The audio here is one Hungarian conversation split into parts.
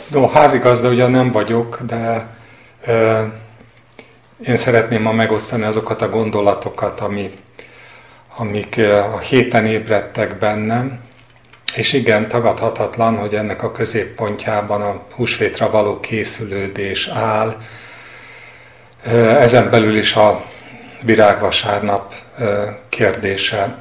No, házigazda ugyan nem vagyok, de én szeretném ma megosztani azokat a gondolatokat, amik a héten ébredtek bennem. És igen, tagadhatatlan, hogy ennek a középpontjában a húsvétra való készülődés áll. Ezen belül is a virágvasárnap kérdése.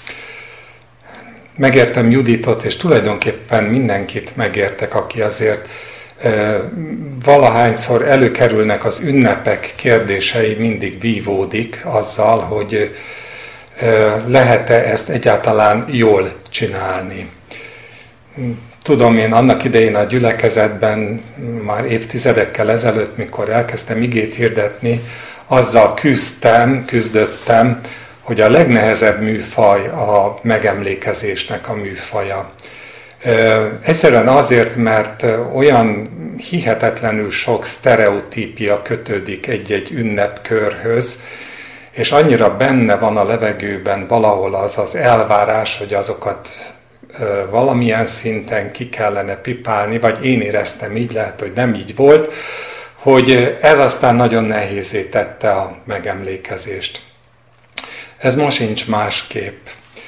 Megértem Juditot, és tulajdonképpen mindenkit megértek, aki azért valahányszor előkerülnek az ünnepek kérdései, mindig vívódik azzal, hogy lehet-e ezt egyáltalán jól csinálni. Tudom, én annak idején a gyülekezetben már évtizedekkel ezelőtt, mikor elkezdtem igét hirdetni, azzal küzdöttem, hogy a legnehezebb műfaj a megemlékezésnek a műfaja. Egyszerűen azért, mert olyan hihetetlenül sok sztereotípia kötődik egy-egy ünnepkörhöz, és annyira benne van a levegőben valahol az elvárás, hogy azokat valamilyen szinten ki kellene pipálni, vagy én éreztem így, lehet, hogy nem így volt, hogy ez aztán nagyon nehézzé tette a megemlékezést. Ez most sincs másképp.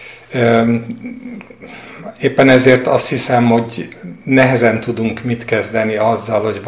Éppen ezért azt hiszem, hogy nehezen tudunk mit kezdeni azzal, hogy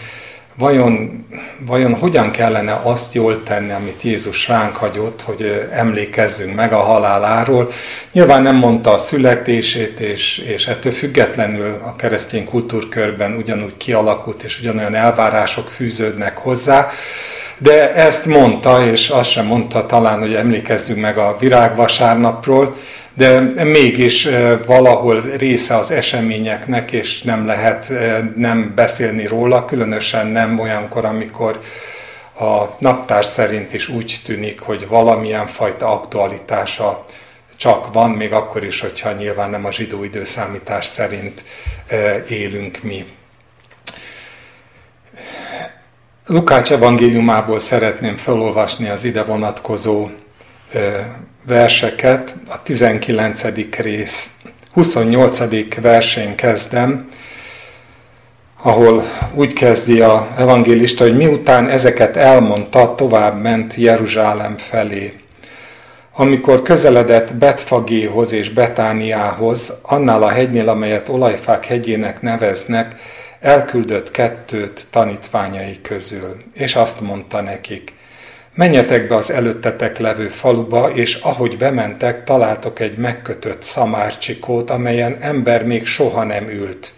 vajon hogyan kellene azt jól tenni, amit Jézus ránk hagyott, hogy emlékezzünk meg a haláláról. Nyilván nem mondta a születését, és ettől függetlenül a keresztény kultúrkörben ugyanúgy kialakult, és ugyanolyan elvárások fűződnek hozzá, de ezt mondta, és azt sem mondta talán, hogy emlékezzünk meg a virágvasárnapról, de mégis valahol része az eseményeknek, és nem lehet nem beszélni róla, különösen nem olyankor, amikor a naptár szerint is úgy tűnik, hogy valamilyen fajta aktualitása csak van, még akkor is, hogyha nyilván nem a zsidó időszámítás szerint élünk mi. Lukács evangéliumából szeretném felolvasni az ide vonatkozó verseket, a 19. rész 28. versén kezdem, ahol úgy kezdi az evangélista, hogy miután ezeket elmondta, tovább ment Jeruzsálem felé. Amikor közeledett Betfagéhoz és Betániához, annál a hegynél, amelyet Olajfák hegyének neveznek, elküldött 2 tanítványai közül, és azt mondta nekik: menjetek be az előttetek levő faluba, és ahogy bementek, találtok egy megkötött szamárcsikót, amelyen ember még soha nem ült.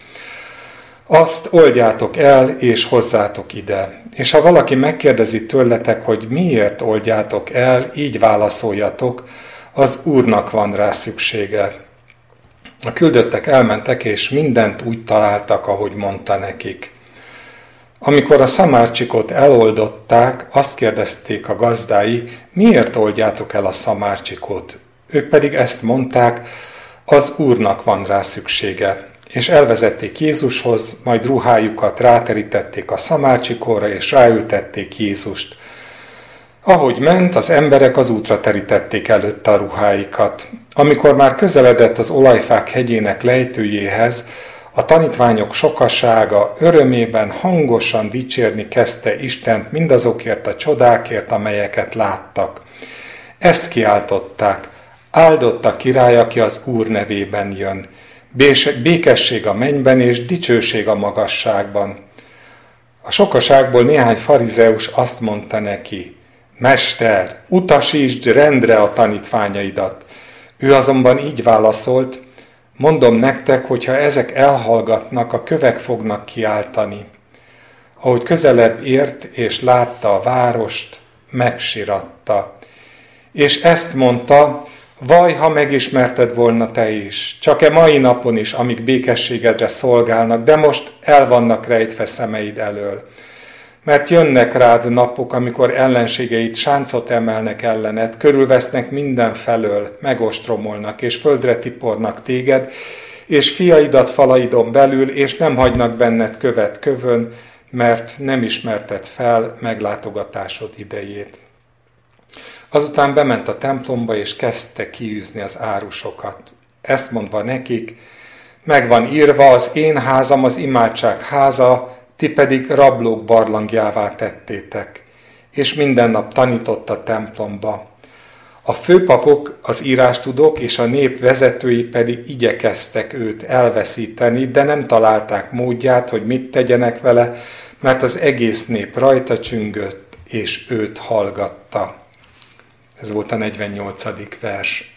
Azt oldjátok el, és hozzátok ide. És ha valaki megkérdezi tőletek, hogy miért oldjátok el, így válaszoljatok: az Úrnak van rá szüksége. A küldöttek elmentek, és mindent úgy találtak, ahogy mondta nekik. Amikor a szamárcsikót eloldották, azt kérdezték a gazdái: miért oldjátok el a szamárcsikót? Ők pedig ezt mondták: az Úrnak van rá szüksége. És elvezették Jézushoz, majd ruhájukat ráterítették a szamárcsikóra, és ráültették Jézust. Ahogy ment, az emberek az útra terítették előtte a ruháikat. Amikor már közeledett az Olajfák hegyének lejtőjéhez, a tanítványok sokasága örömében hangosan dicsérni kezdte Istent mindazokért a csodákért, amelyeket láttak. Ezt kiáltották: áldott a király, aki az Úr nevében jön. Békesség a mennyben és dicsőség a magasságban. A sokaságból néhány farizeus azt mondta neki: Mester, utasítsd rendre a tanítványaidat. Ő azonban így válaszolt: mondom nektek, hogyha ezek elhallgatnak, a kövek fognak kiáltani. Ahogy közelebb ért és látta a várost, megsiratta. És ezt mondta: vaj, ha megismerted volna te is, csak mai napon is, amíg békességedre szolgálnak, de most el vannak rejtve szemeid elől. Mert jönnek rád napok, amikor ellenségeid sáncot emelnek ellened, körülvesznek mindenfelől, megostromolnak és földre tipornak téged, és fiaidat falaidon belül, és nem hagynak benned követ kövön, mert nem ismerted fel meglátogatásod idejét. Azután bement a templomba, és kezdte kiűzni az árusokat. Ezt mondva nekik: Meg van írva, az én házam az imádság háza, ti pedig rablók barlangjává tettétek. És minden nap tanított a templomba. A főpapok, az írástudók és a nép vezetői pedig igyekeztek őt elveszíteni, de nem találták módját, hogy mit tegyenek vele, mert az egész nép rajta csüngött, és őt hallgatta. Ez volt a 48. vers.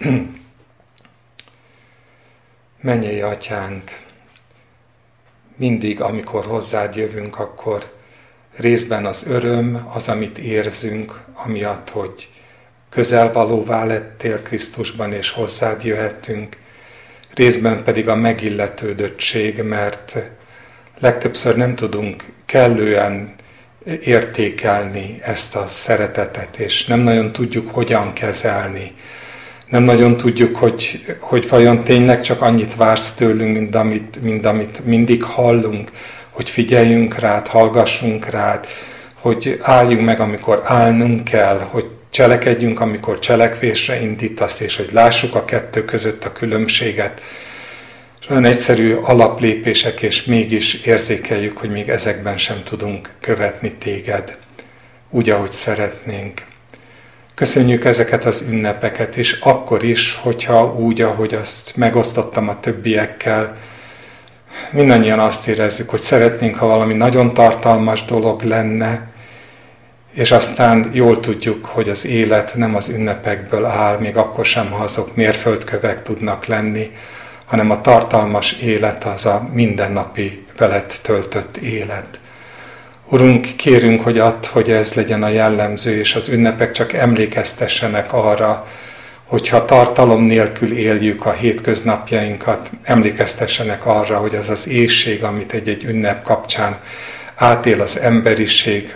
Mennyei Atyánk, mindig, amikor hozzád jövünk, akkor részben az öröm, az, amit érzünk, amiatt, hogy közelvalóvá lettél Krisztusban, és hozzád jöhetünk, részben pedig a megilletődöttség, mert legtöbbször nem tudunk kellően értékelni ezt a szeretetet, és nem nagyon tudjuk, hogyan kezelni. Nem nagyon tudjuk, hogy vajon tényleg csak annyit vársz tőlünk, mint amit mindig hallunk, hogy figyeljünk rád, hallgassunk rád, hogy álljunk meg, amikor állnunk kell, hogy cselekedjünk, amikor cselekvésre indítasz, és hogy lássuk a kettő között a különbséget. És olyan egyszerű alaplépések, és mégis érzékeljük, hogy még ezekben sem tudunk követni téged, úgy, ahogy szeretnénk. Köszönjük ezeket az ünnepeket, és akkor is, hogyha úgy, ahogy azt megosztottam a többiekkel, mindannyian azt érezzük, hogy szeretnénk, ha valami nagyon tartalmas dolog lenne, és aztán jól tudjuk, hogy az élet nem az ünnepekből áll, még akkor sem, ha azok mérföldkövek tudnak lenni, hanem a tartalmas élet az a mindennapi veled töltött élet. Urunk, kérünk, hogy add, hogy ez legyen a jellemző, és az ünnepek csak emlékeztessenek arra, hogyha tartalom nélkül éljük a hétköznapjainkat, emlékeztessenek arra, hogy az az éhség, amit egy ünnep kapcsán átél az emberiség,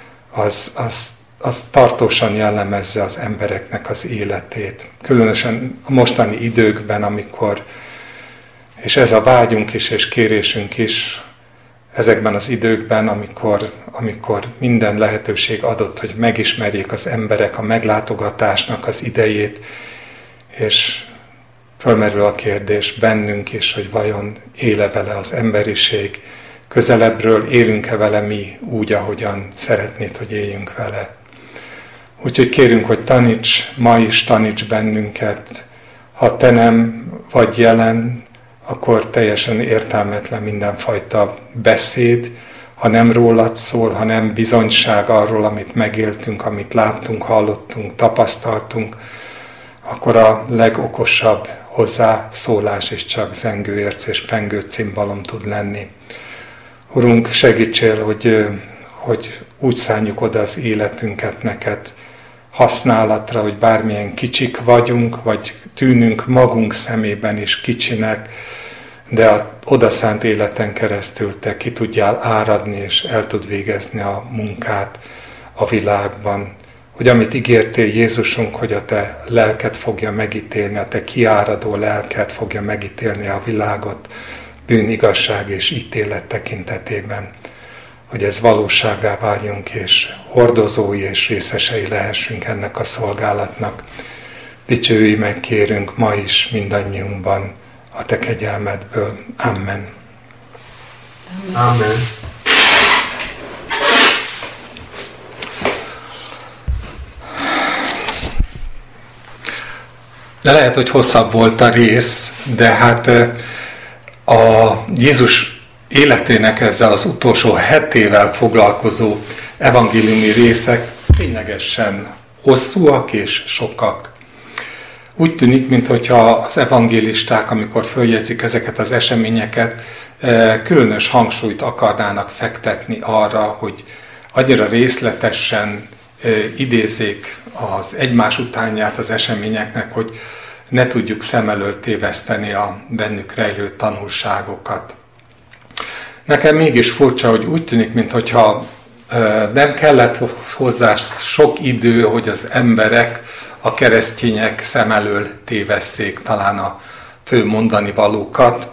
az tartósan jellemezze az embereknek az életét. Különösen a mostani időkben, amikor, és ez a vágyunk is és kérésünk is, ezekben az időkben, amikor minden lehetőség adott, hogy megismerjék az emberek a meglátogatásnak az idejét, és fölmerül a kérdés bennünk is, hogy vajon éle vele az emberiség, közelebbről élünk-e vele mi úgy, ahogyan szeretnéd, hogy éljünk vele. Úgyhogy kérünk, hogy taníts, ma is taníts bennünket, ha te nem vagy jelen, akkor teljesen értelmetlen mindenfajta beszéd, ha nem rólad szól, ha nem bizonyság arról, amit megéltünk, amit láttunk, hallottunk, tapasztaltunk, akkor a legokosabb hozzászólás is csak zengőérc és pengő cimbalom tud lenni. Urunk, segítsél, hogy úgy szánjuk oda az életünket neked használatra, hogy bármilyen kicsik vagyunk, vagy tűnünk magunk szemében is kicsinek, de a odaszánt életen keresztül te ki tudjál áradni, és el tud végezni a munkát a világban. Hogy amit ígértél Jézusunk, hogy a te lelked fogja megítélni, a te kiáradó lelked fogja megítélni a világot, bűn, igazság és ítélet tekintetében, hogy ez valósággá váljunk, és hordozói és részesei lehessünk ennek a szolgálatnak. Dicsőülj meg, kérünk ma is mindannyiunkban a te kegyelmedből. Amen. Amen. De lehet, hogy hosszabb volt a rész, de hát a Jézus életének ezzel az utolsó hetével foglalkozó evangéliumi részek ténylegesen hosszúak és sokak. Úgy tűnik, mintha az evangélisták, amikor följegyzik ezeket az eseményeket, különös hangsúlyt akarnának fektetni arra, hogy annyira részletesen idézzék az egymás utánját az eseményeknek, hogy ne tudjuk szem előtt téveszteni a bennük rejlő tanulságokat. Nekem mégis furcsa, hogy úgy tűnik, mintha nem kellett hozzá sok idő, hogy az emberek, a keresztények szem elől tévesszék talán a fő mondani valókat.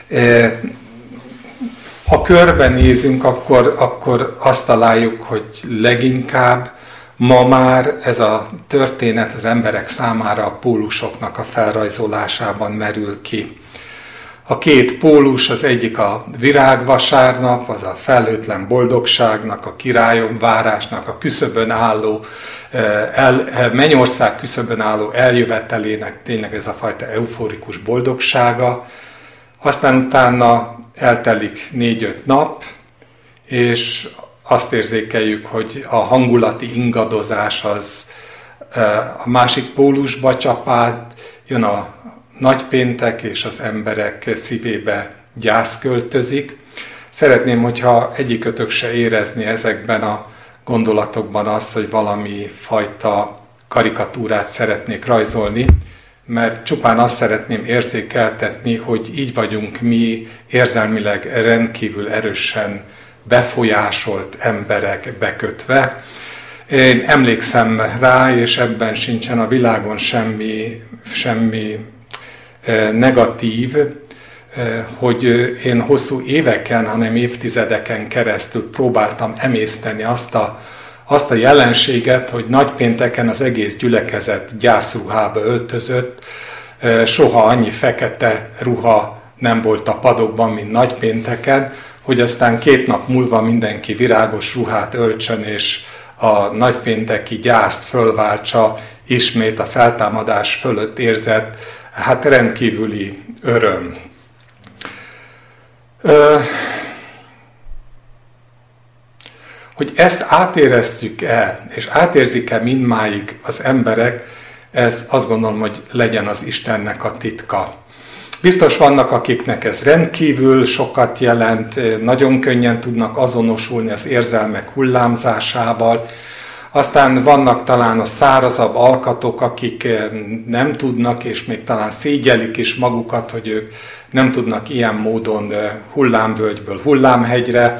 Ha körbenézünk, akkor azt találjuk, hogy leginkább ma már ez a történet az emberek számára a pólusoknak a felrajzolásában merül ki. A két pólus, az egyik a virágvasárnap, az a felhőtlen boldogságnak, a királyon várásnak, a küszöbön álló, mennyország küszöbön álló eljövetelének tényleg ez a fajta euforikus boldogsága. Aztán utána eltelik 4-5 nap, és azt érzékeljük, hogy a hangulati ingadozás az a másik pólusba csapád, jön a nagypéntek, és az emberek szívébe gyász költözik. Szeretném, hogyha egyikötök se érezni ezekben a gondolatokban azt, hogy valami fajta karikatúrát szeretnék rajzolni, mert csupán azt szeretném érzékeltetni, hogy így vagyunk mi érzelmileg rendkívül erősen befolyásolt emberek bekötve. Én emlékszem rá, és ebben sincsen a világon semmi negatív, hogy én hosszú éveken, hanem évtizedeken keresztül próbáltam emészteni azt a jelenséget, hogy nagypénteken az egész gyülekezet gyászruhába öltözött, soha annyi fekete ruha nem volt a padokban, mint nagypénteken, hogy aztán 2 nap múlva mindenki virágos ruhát öltsön, és a nagypénteki gyászt fölváltsa ismét a feltámadás fölött érzett, hát rendkívüli öröm. Hogy ezt átéreztük-e, és átérzik-e mindmáig az emberek, ez azt gondolom, hogy legyen az Istennek a titka. Biztos vannak, akiknek ez rendkívül sokat jelent, nagyon könnyen tudnak azonosulni az érzelmek hullámzásával. Aztán vannak talán a szárazabb alkatok, akik nem tudnak, és még talán szégyelik is magukat, hogy ők nem tudnak ilyen módon hullámvölgyből hullámhegyre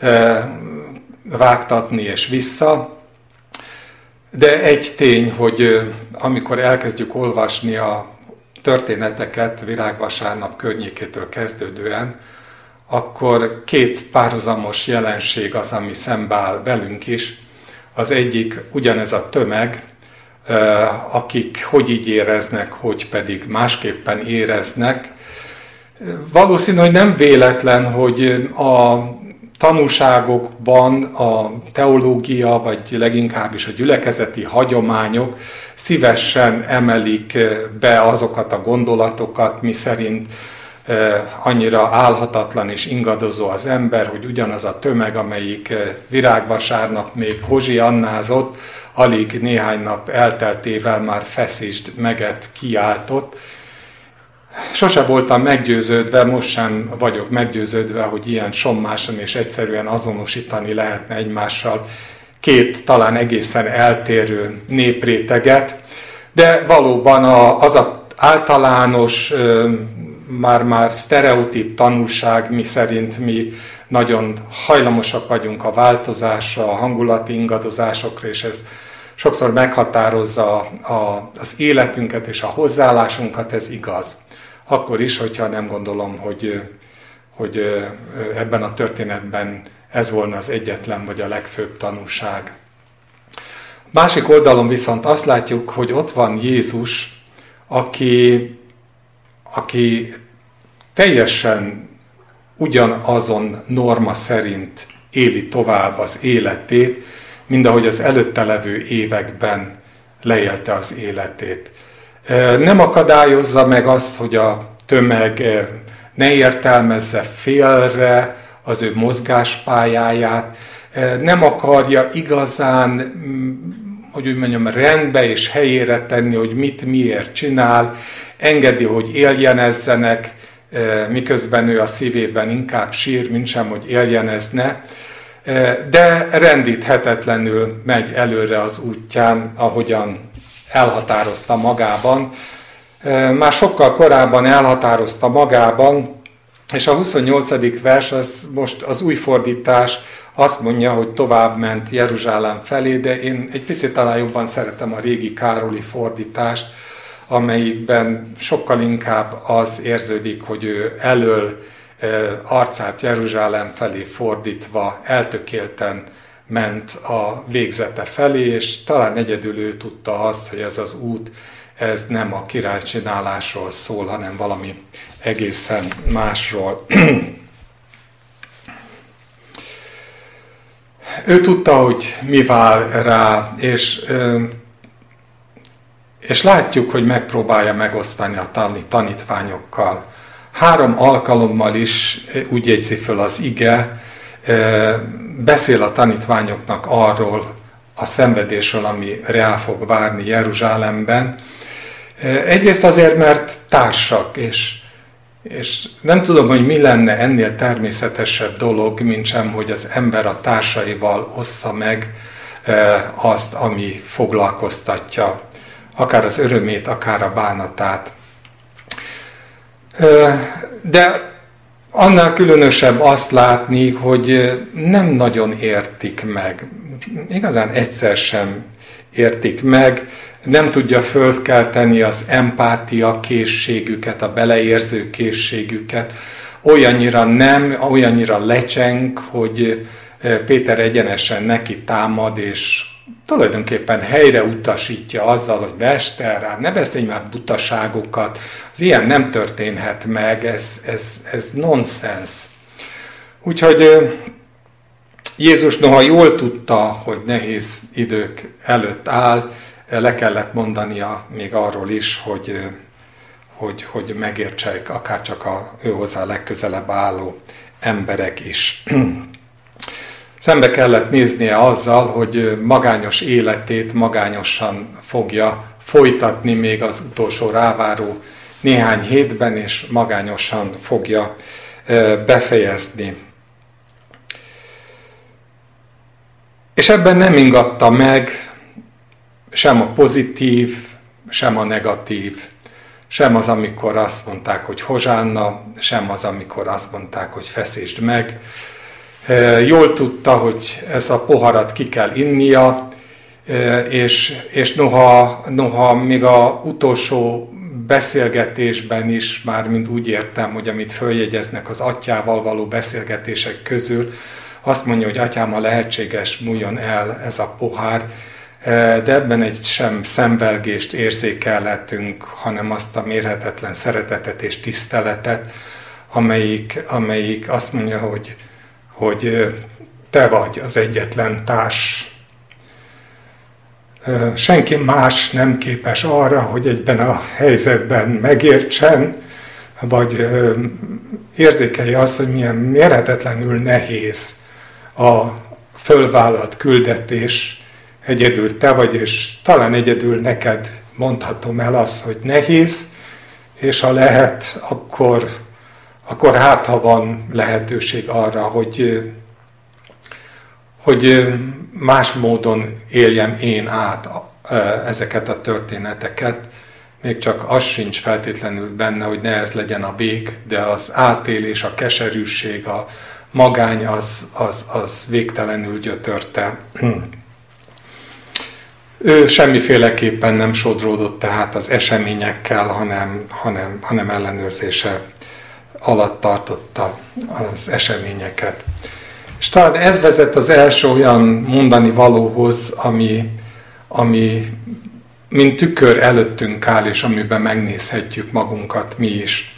vágtatni és vissza. De egy tény, hogy amikor elkezdjük olvasni a történeteket virágvasárnap környékétől kezdődően, akkor 2 párhuzamos jelenség az, ami szembeáll velünk is. Az egyik ugyanez a tömeg, akik hogy így éreznek, hogy pedig másképpen éreznek. Valószínű, hogy nem véletlen, hogy a tanúságokban a teológia, vagy leginkább is a gyülekezeti hagyományok szívesen emelik be azokat a gondolatokat, miszerint annyira álhatatlan és ingadozó az ember, hogy ugyanaz a tömeg, amelyik virágvasárnap még hozsiannázott, alig néhány nap elteltével már feszítsd meget kiáltott. Sose voltam meggyőződve, most sem vagyok meggyőződve, hogy ilyen sommásan és egyszerűen azonosítani lehetne egymással 2 talán egészen eltérő népréteget, de valóban az általános, már sztereotíp tanulság, miszerint mi nagyon hajlamosak vagyunk a változásra, a hangulati ingadozásokra, és ez sokszor meghatározza az életünket és a hozzáállásunkat, ez igaz. Akkor is, hogyha nem gondolom, hogy ebben a történetben ez volna az egyetlen vagy a legfőbb tanúság. Másik oldalon viszont azt látjuk, hogy ott van Jézus, aki teljesen ugyanazon norma szerint éli tovább az életét, mint ahogy az előtte levő években leélte az életét. Nem akadályozza meg azt, hogy a tömeg ne értelmezze félre az ő mozgáspályáját, nem akarja igazán, hogy úgy mondjam, rendbe és helyére tenni, hogy mit miért csinál, engedi, hogy éljenezzenek, miközben ő a szívében inkább sír, mintsem, hogy éljenezne, de rendíthetetlenül megy előre az útján, ahogyan elhatározta magában. Már sokkal korábban elhatározta magában, és a 28. vers, az most az új fordítás azt mondja, hogy tovább ment Jeruzsálem felé, de én egy picit talán jobban szeretem a régi Károli fordítást, amelyikben sokkal inkább az érződik, hogy ő elől arcát Jeruzsálem felé fordítva eltökélten ment a végzete felé, és talán egyedül ő tudta azt, hogy ez az út, ez nem a királycsinálásról szól, hanem valami egészen másról. Ő tudta, hogy mi vár rá, és látjuk, hogy megpróbálja megosztani a tanítványokkal. 3 alkalommal is, úgy jegyzi föl az ige, beszél a tanítványoknak arról a szenvedésről, ami rá fog várni Jeruzsálemben. Egyrészt azért, mert társak, és nem tudom, hogy mi lenne ennél természetesebb dolog, mint sem, hogy az ember a társaival ossza meg azt, ami foglalkoztatja, akár az örömét, akár a bánatát. De annál különösebb azt látni, hogy nem nagyon értik meg. Igazán egyszer sem értik meg, nem tudja fölkelteni az empátia készségüket, a beleérző készségüket. Olyannyira lecseng, hogy Péter egyenesen neki támad, és tulajdonképpen helyre utasítja azzal, hogy Mester, ne beszélj már butaságokat, az ilyen nem történhet meg, ez nonsens. Úgyhogy Jézus noha jól tudta, hogy nehéz idők előtt áll, le kellett mondania még arról is, hogy megértsék akár csak ő hozzá legközelebb álló emberek is. Szembe kellett néznie azzal, hogy magányos életét magányosan fogja folytatni még az utolsó ráváró néhány hétben, és magányosan fogja befejezni. És ebben nem ingatta meg sem a pozitív, sem a negatív, sem az, amikor azt mondták, hogy hozsánna, sem az, amikor azt mondták, hogy feszítsd meg. Jól tudta, hogy ez a poharat ki kell innia, és noha még az utolsó beszélgetésben is, már mind úgy értem, hogy amit följegyeznek az atyával való beszélgetések közül, azt mondja, hogy atyám, ha lehetséges, múljon el ez a pohár, de ebben egy sem szenvelgést érzékelhetünk, hanem azt a mérhetetlen szeretetet és tiszteletet, amelyik azt mondja, hogy te vagy az egyetlen társ. Senki más nem képes arra, hogy egyben a helyzetben megértsen, vagy érzékelje azt, hogy milyen mérhetetlenül nehéz a fölvállalt küldetés. Egyedül te vagy, és talán egyedül neked mondhatom el azt, hogy nehéz, és ha lehet, akkor hát, ha van lehetőség arra, hogy más módon éljem én át ezeket a történeteket. Még csak az sincs feltétlenül benne, hogy ne ez legyen a vég, de az átélés, a keserűség, a magány az végtelenül gyötörte. Ő semmiféleképpen nem sodródott tehát az eseményekkel, hanem ellenőrzése alatt tartotta az eseményeket. És talán ez vezet az első olyan mondani valóhoz, ami mint tükör előttünk áll, és amiben megnézhetjük magunkat mi is.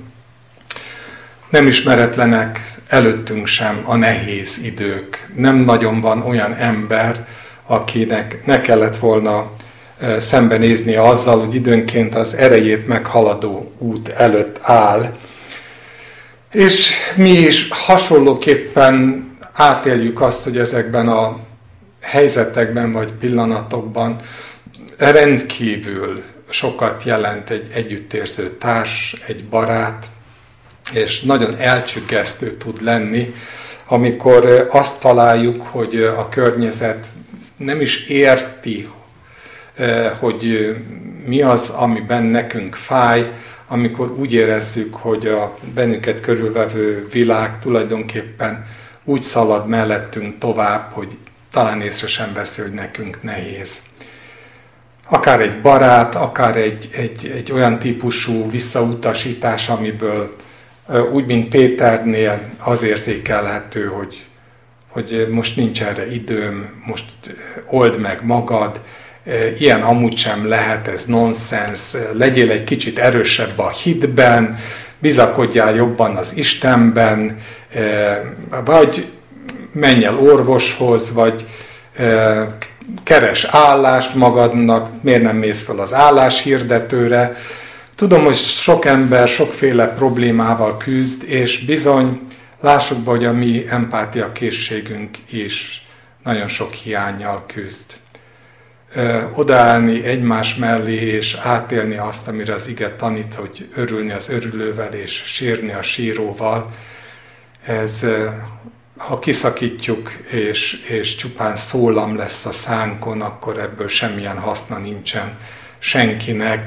Nem ismeretlenek előttünk sem a nehéz idők. Nem nagyon van olyan ember, akinek ne kellett volna szembenéznie azzal, hogy időnként az erejét meghaladó út előtt áll. És mi is hasonlóképpen átéljük azt, hogy ezekben a helyzetekben vagy pillanatokban rendkívül sokat jelent egy együttérző társ, egy barát, és nagyon elcsüggesztő tud lenni, amikor azt találjuk, hogy a környezet nem is érti, hogy mi az, amiben nekünk fáj, amikor úgy érezzük, hogy a bennünket körülvevő világ tulajdonképpen úgy szalad mellettünk tovább, hogy talán észre sem veszi, hogy nekünk nehéz. Akár egy barát, akár egy olyan típusú visszautasítás, amiből úgy, mint Péternél az érzékelhető, hogy most nincs erre időm, most old meg magad, ilyen amúgy sem lehet, ez nonsens, legyél egy kicsit erősebb a hitben, bizakodjál jobban az Istenben, vagy menj el orvoshoz, vagy keres állást magadnak, miért nem mész fel az álláshirdetőre. Tudom, hogy sok ember sokféle problémával küzd, és bizony, lássuk be, hogy a mi empátia készségünk is nagyon sok hiánnyal küzd. Odaállni egymás mellé, és átélni azt, amire az ige tanít, hogy örülni az örülővel, és sírni a síróval, ez, ha kiszakítjuk, és csupán szólam lesz a szánkon, akkor ebből semmilyen haszna nincsen senkinek.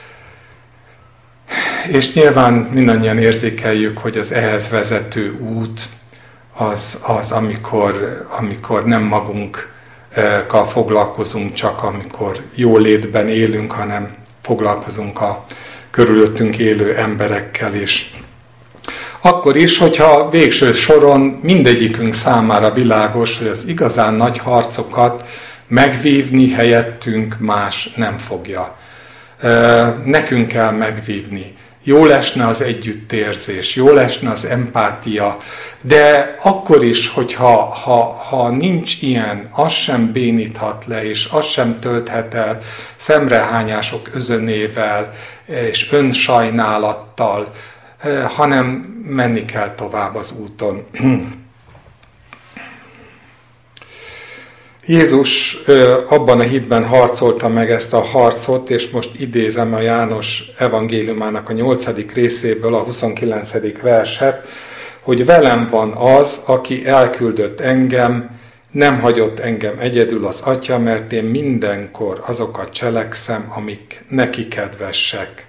És nyilván mindannyian érzékeljük, hogy az ehhez vezető út az amikor nem magunkkal foglalkozunk, csak amikor jólétben élünk, hanem foglalkozunk a körülöttünk élő emberekkel is. Akkor is, hogyha végső soron mindegyikünk számára világos, hogy az igazán nagy harcokat megvívni helyettünk más nem fogja. Nekünk kell megvívni. Jó lesne az együttérzés, jó lesne az empátia, de akkor is, hogyha nincs ilyen, az sem béníthat le, és az sem tölthet el szemrehányások özönével és önsajnálattal, hanem menni kell tovább az úton. Jézus abban a hitben harcolta meg ezt a harcot, és most idézem a János evangéliumának a 8. részéből a 29. verset, hogy velem van az, aki elküldött engem, nem hagyott engem egyedül az Atya, mert én mindenkor azokat cselekszem, amik neki kedvesek.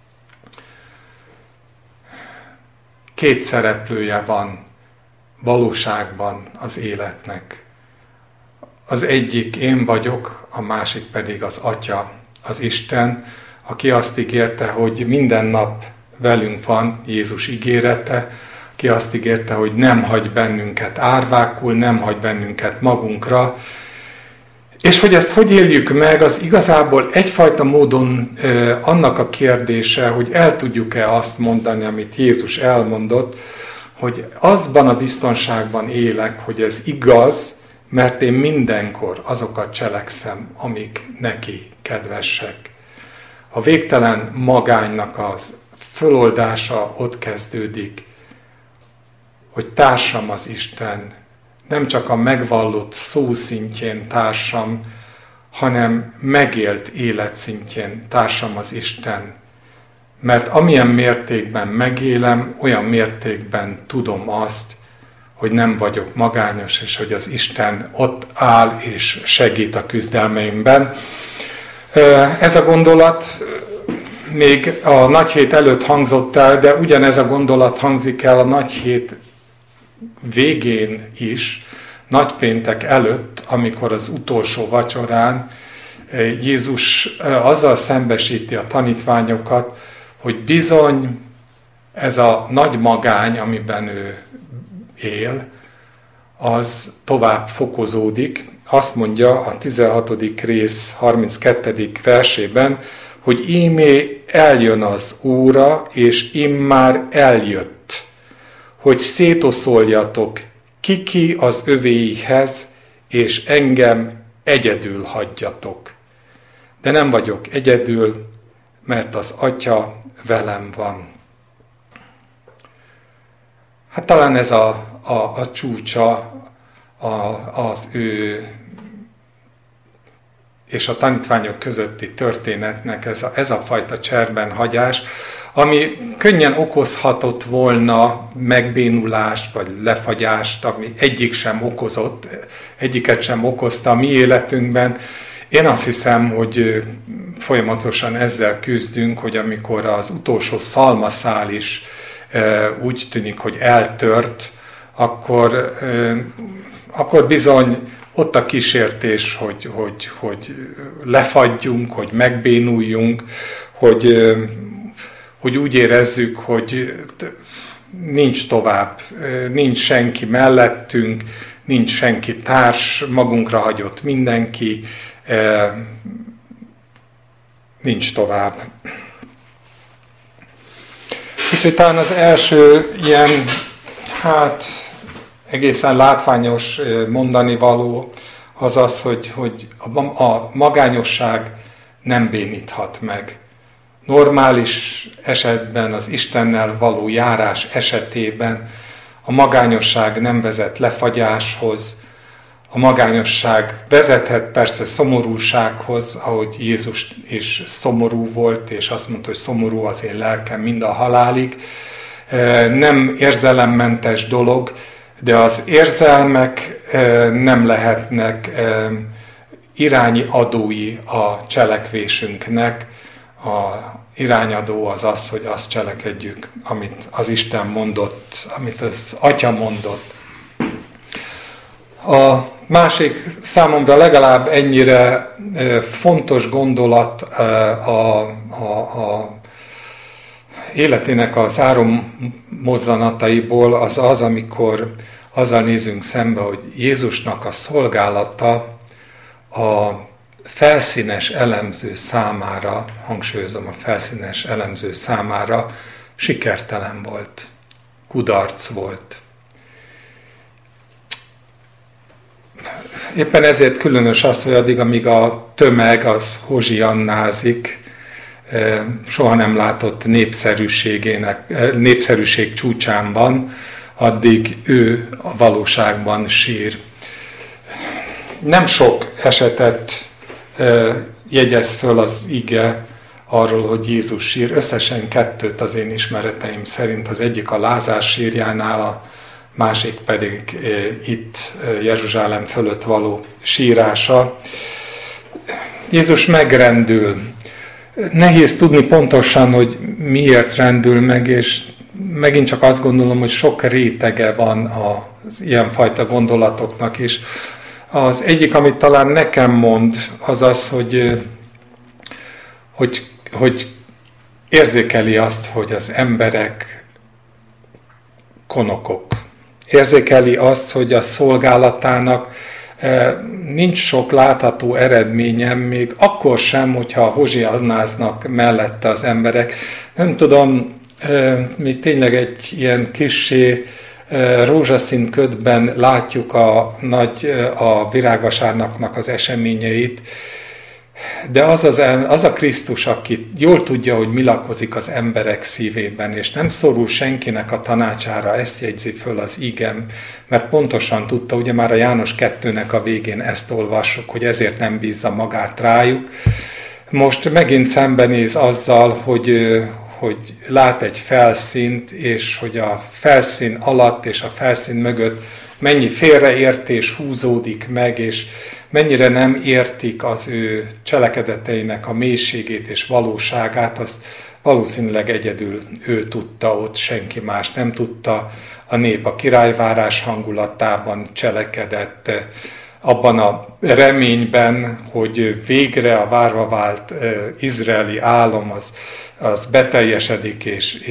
Két szereplője van valóságban az életnek. Az egyik én vagyok, a másik pedig az Atya, az Isten, aki azt ígérte, hogy minden nap velünk van, Jézus ígérete, aki azt ígérte, hogy nem hagy bennünket árvákul, nem hagy bennünket magunkra. És hogy ezt hogy éljük meg, az igazából egyfajta módon annak a kérdése, hogy el tudjuk-e azt mondani, amit Jézus elmondott, hogy azban a biztonságban élek, hogy ez igaz, mert én mindenkor azokat cselekszem, amik neki kedvesek. A végtelen magánynak az föloldása ott kezdődik, hogy társam az Isten, nem csak a megvallott szó szintjén társam, hanem megélt élet szintjén társam az Isten. Mert amilyen mértékben megélem, olyan mértékben tudom azt, hogy nem vagyok magányos, és hogy az Isten ott áll és segít a küzdelmeimben. Ez a gondolat még a Nagyhét előtt hangzott el, de ugyanez a gondolat hangzik el a Nagyhét végén is, Nagypéntek előtt, amikor az utolsó vacsorán Jézus azzal szembesíti a tanítványokat, hogy bizony ez a nagy magány, amiben ő él, az tovább fokozódik. Azt mondja a 16. rész 32. versében, hogy ímé eljön az óra, és immár eljött, hogy szétoszoljatok ki az övéihez, és engem egyedül hagyjatok. De nem vagyok egyedül, mert az Atya velem van. Hát talán ez a csúcsa az ő és a tanítványok közötti történetnek, ez a fajta cserbenhagyás, ami könnyen okozhatott volna megbénulást vagy lefagyást, ami egyiket sem okozta a mi életünkben. Én azt hiszem, hogy folyamatosan ezzel küzdünk, hogy amikor az utolsó szalmaszál is úgy tűnik, hogy eltört, akkor bizony ott a kísértés, hogy lefagyjunk, hogy megbénuljunk, hogy úgy érezzük, hogy nincs tovább, nincs senki mellettünk, nincs senki társ, magunkra hagyott mindenki, nincs tovább. Úgyhogy talán az első ilyen, egészen látványos mondani való az az, hogy a magányosság nem béníthat meg. Normális esetben, az Istennel való járás esetében a magányosság nem vezet lefagyáshoz, a magányosság vezethet persze szomorúsághoz, ahogy Jézus is szomorú volt, és azt mondta, hogy szomorú az én lelkem mind a halálig. Nem érzelemmentes dolog, de az érzelmek nem lehetnek irányi adói a cselekvésünknek. A irányadó az az, hogy azt cselekedjük, amit az Isten mondott, amit az Atya mondott. A másik számomra legalább ennyire fontos gondolat a életének az árammozzanataiból az az, amikor azzal nézünk szembe, hogy Jézusnak a szolgálata a felszínes elemző számára, hangsúlyozom, a felszínes elemző számára sikertelen volt, kudarc volt. Éppen ezért különös az, hogy addig, amíg a tömeg az hozsiannázik, soha nem látott népszerűség csúcsán van, addig ő a valóságban sír. Nem sok esetet jegyez föl az ige arról, hogy Jézus sír. Összesen 2 az én ismereteim szerint. Az egyik a Lázár sírjánál, a másik pedig itt Jeruzsálem fölött való sírása. Jézus megrendül. Nehéz tudni pontosan, hogy miért rendül meg, és megint csak azt gondolom, hogy sok rétege van az ilyenfajta gondolatoknak is. Az egyik, amit talán nekem mond, az az, hogy érzékeli azt, hogy az emberek konokok. Érzékeli azt, hogy a szolgálatának nincs sok látható eredménye, még akkor sem, hogyha hozsiannáznak mellette az emberek. Nem tudom, mi tényleg egy ilyen kissé rózsaszín ködben látjuk a virágvasárnapnak az eseményeit, de az a Krisztus, aki jól tudja, hogy mi lakozik az emberek szívében, és nem szorul senkinek a tanácsára, ezt jegyzi föl az igem, mert pontosan tudta, ugye már a János 2-nek a végén ezt olvassuk, hogy ezért nem bízza magát rájuk. Most megint szembenéz azzal, hogy lát egy felszínt, és hogy a felszín alatt és a felszín mögött mennyi félreértés húzódik meg, és mennyire nem értik az ő cselekedeteinek a mélységét és valóságát, azt valószínűleg egyedül ő tudta, ott senki más nem tudta. A nép a királyvárás hangulatában cselekedett, abban a reményben, hogy végre a várva vált izraeli álom az beteljesedik,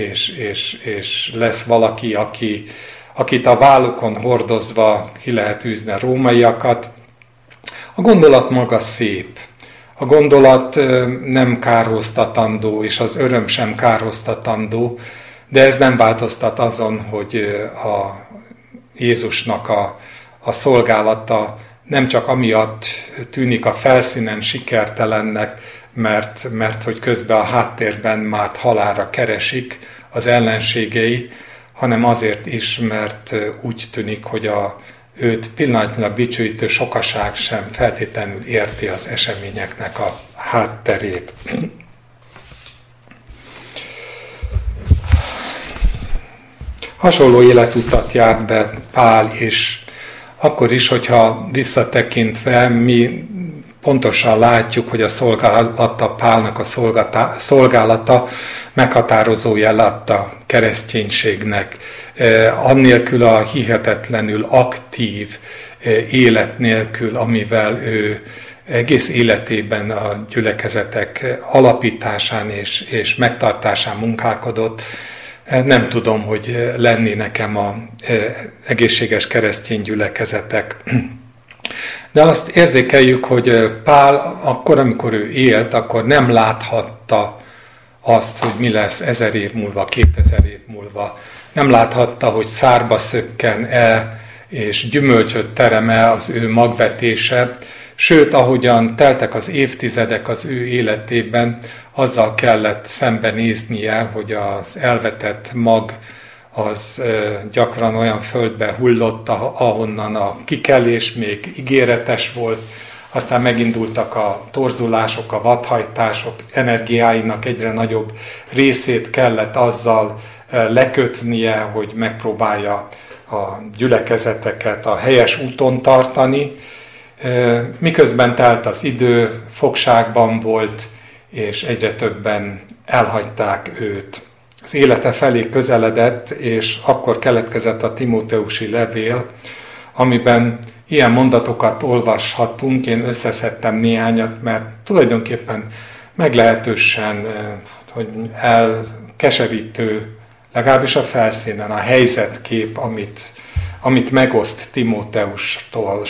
és lesz valaki, akit a vállukon hordozva ki lehet űzni a rómaiakat. A gondolat maga szép. A gondolat nem kárhoztatandó, és az öröm sem kárhoztatandó, de ez nem változtat azon, hogy a Jézusnak a szolgálata nem csak amiatt tűnik a felszínen sikertelennek, mert hogy közben a háttérben már halálra keresik az ellenségei, hanem azért is, mert úgy tűnik, hogy őt pillanatnyilag dicsőítő sokaság sem feltétlenül érti az eseményeknek a hátterét. Hasonló életutat járt be Pál is, akkor is, hogyha visszatekintve mi pontosan látjuk, hogy a szolgálata, Pálnak a szolgálata meghatározó jel a kereszténységnek. Annélkül a hihetetlenül aktív élet nélkül, amivel ő egész életében a gyülekezetek alapításán és megtartásán munkálkodott, nem tudom, hogy lennének-e ma egészséges keresztény gyülekezetek. De azt érzékeljük, hogy Pál akkor, amikor ő élt, akkor nem láthatta azt, hogy mi lesz 1000 év múlva, 2000 év múlva. Nem láthatta, hogy szárba szökken-e és gyümölcsöt terem-e az ő magvetése. Sőt, ahogyan teltek az évtizedek az ő életében, azzal kellett szembenéznie, hogy az elvetett mag az gyakran olyan földbe hullott, ahonnan a kikelés még ígéretes volt, aztán megindultak a torzulások, a vadhajtások, energiáinak egyre nagyobb részét kellett azzal lekötnie, hogy megpróbálja a gyülekezeteket a helyes úton tartani, miközben telt az idő, fogságban volt, és egyre többen elhagyták őt. Az élete felé közeledett, és akkor keletkezett a Timóteusi levél, amiben ilyen mondatokat olvashatunk. Én összeszedtem néhányat, mert tulajdonképpen meglehetősen elkeserítő, legalábbis a felszínen, a helyzetkép, amit megoszt Timóteustól.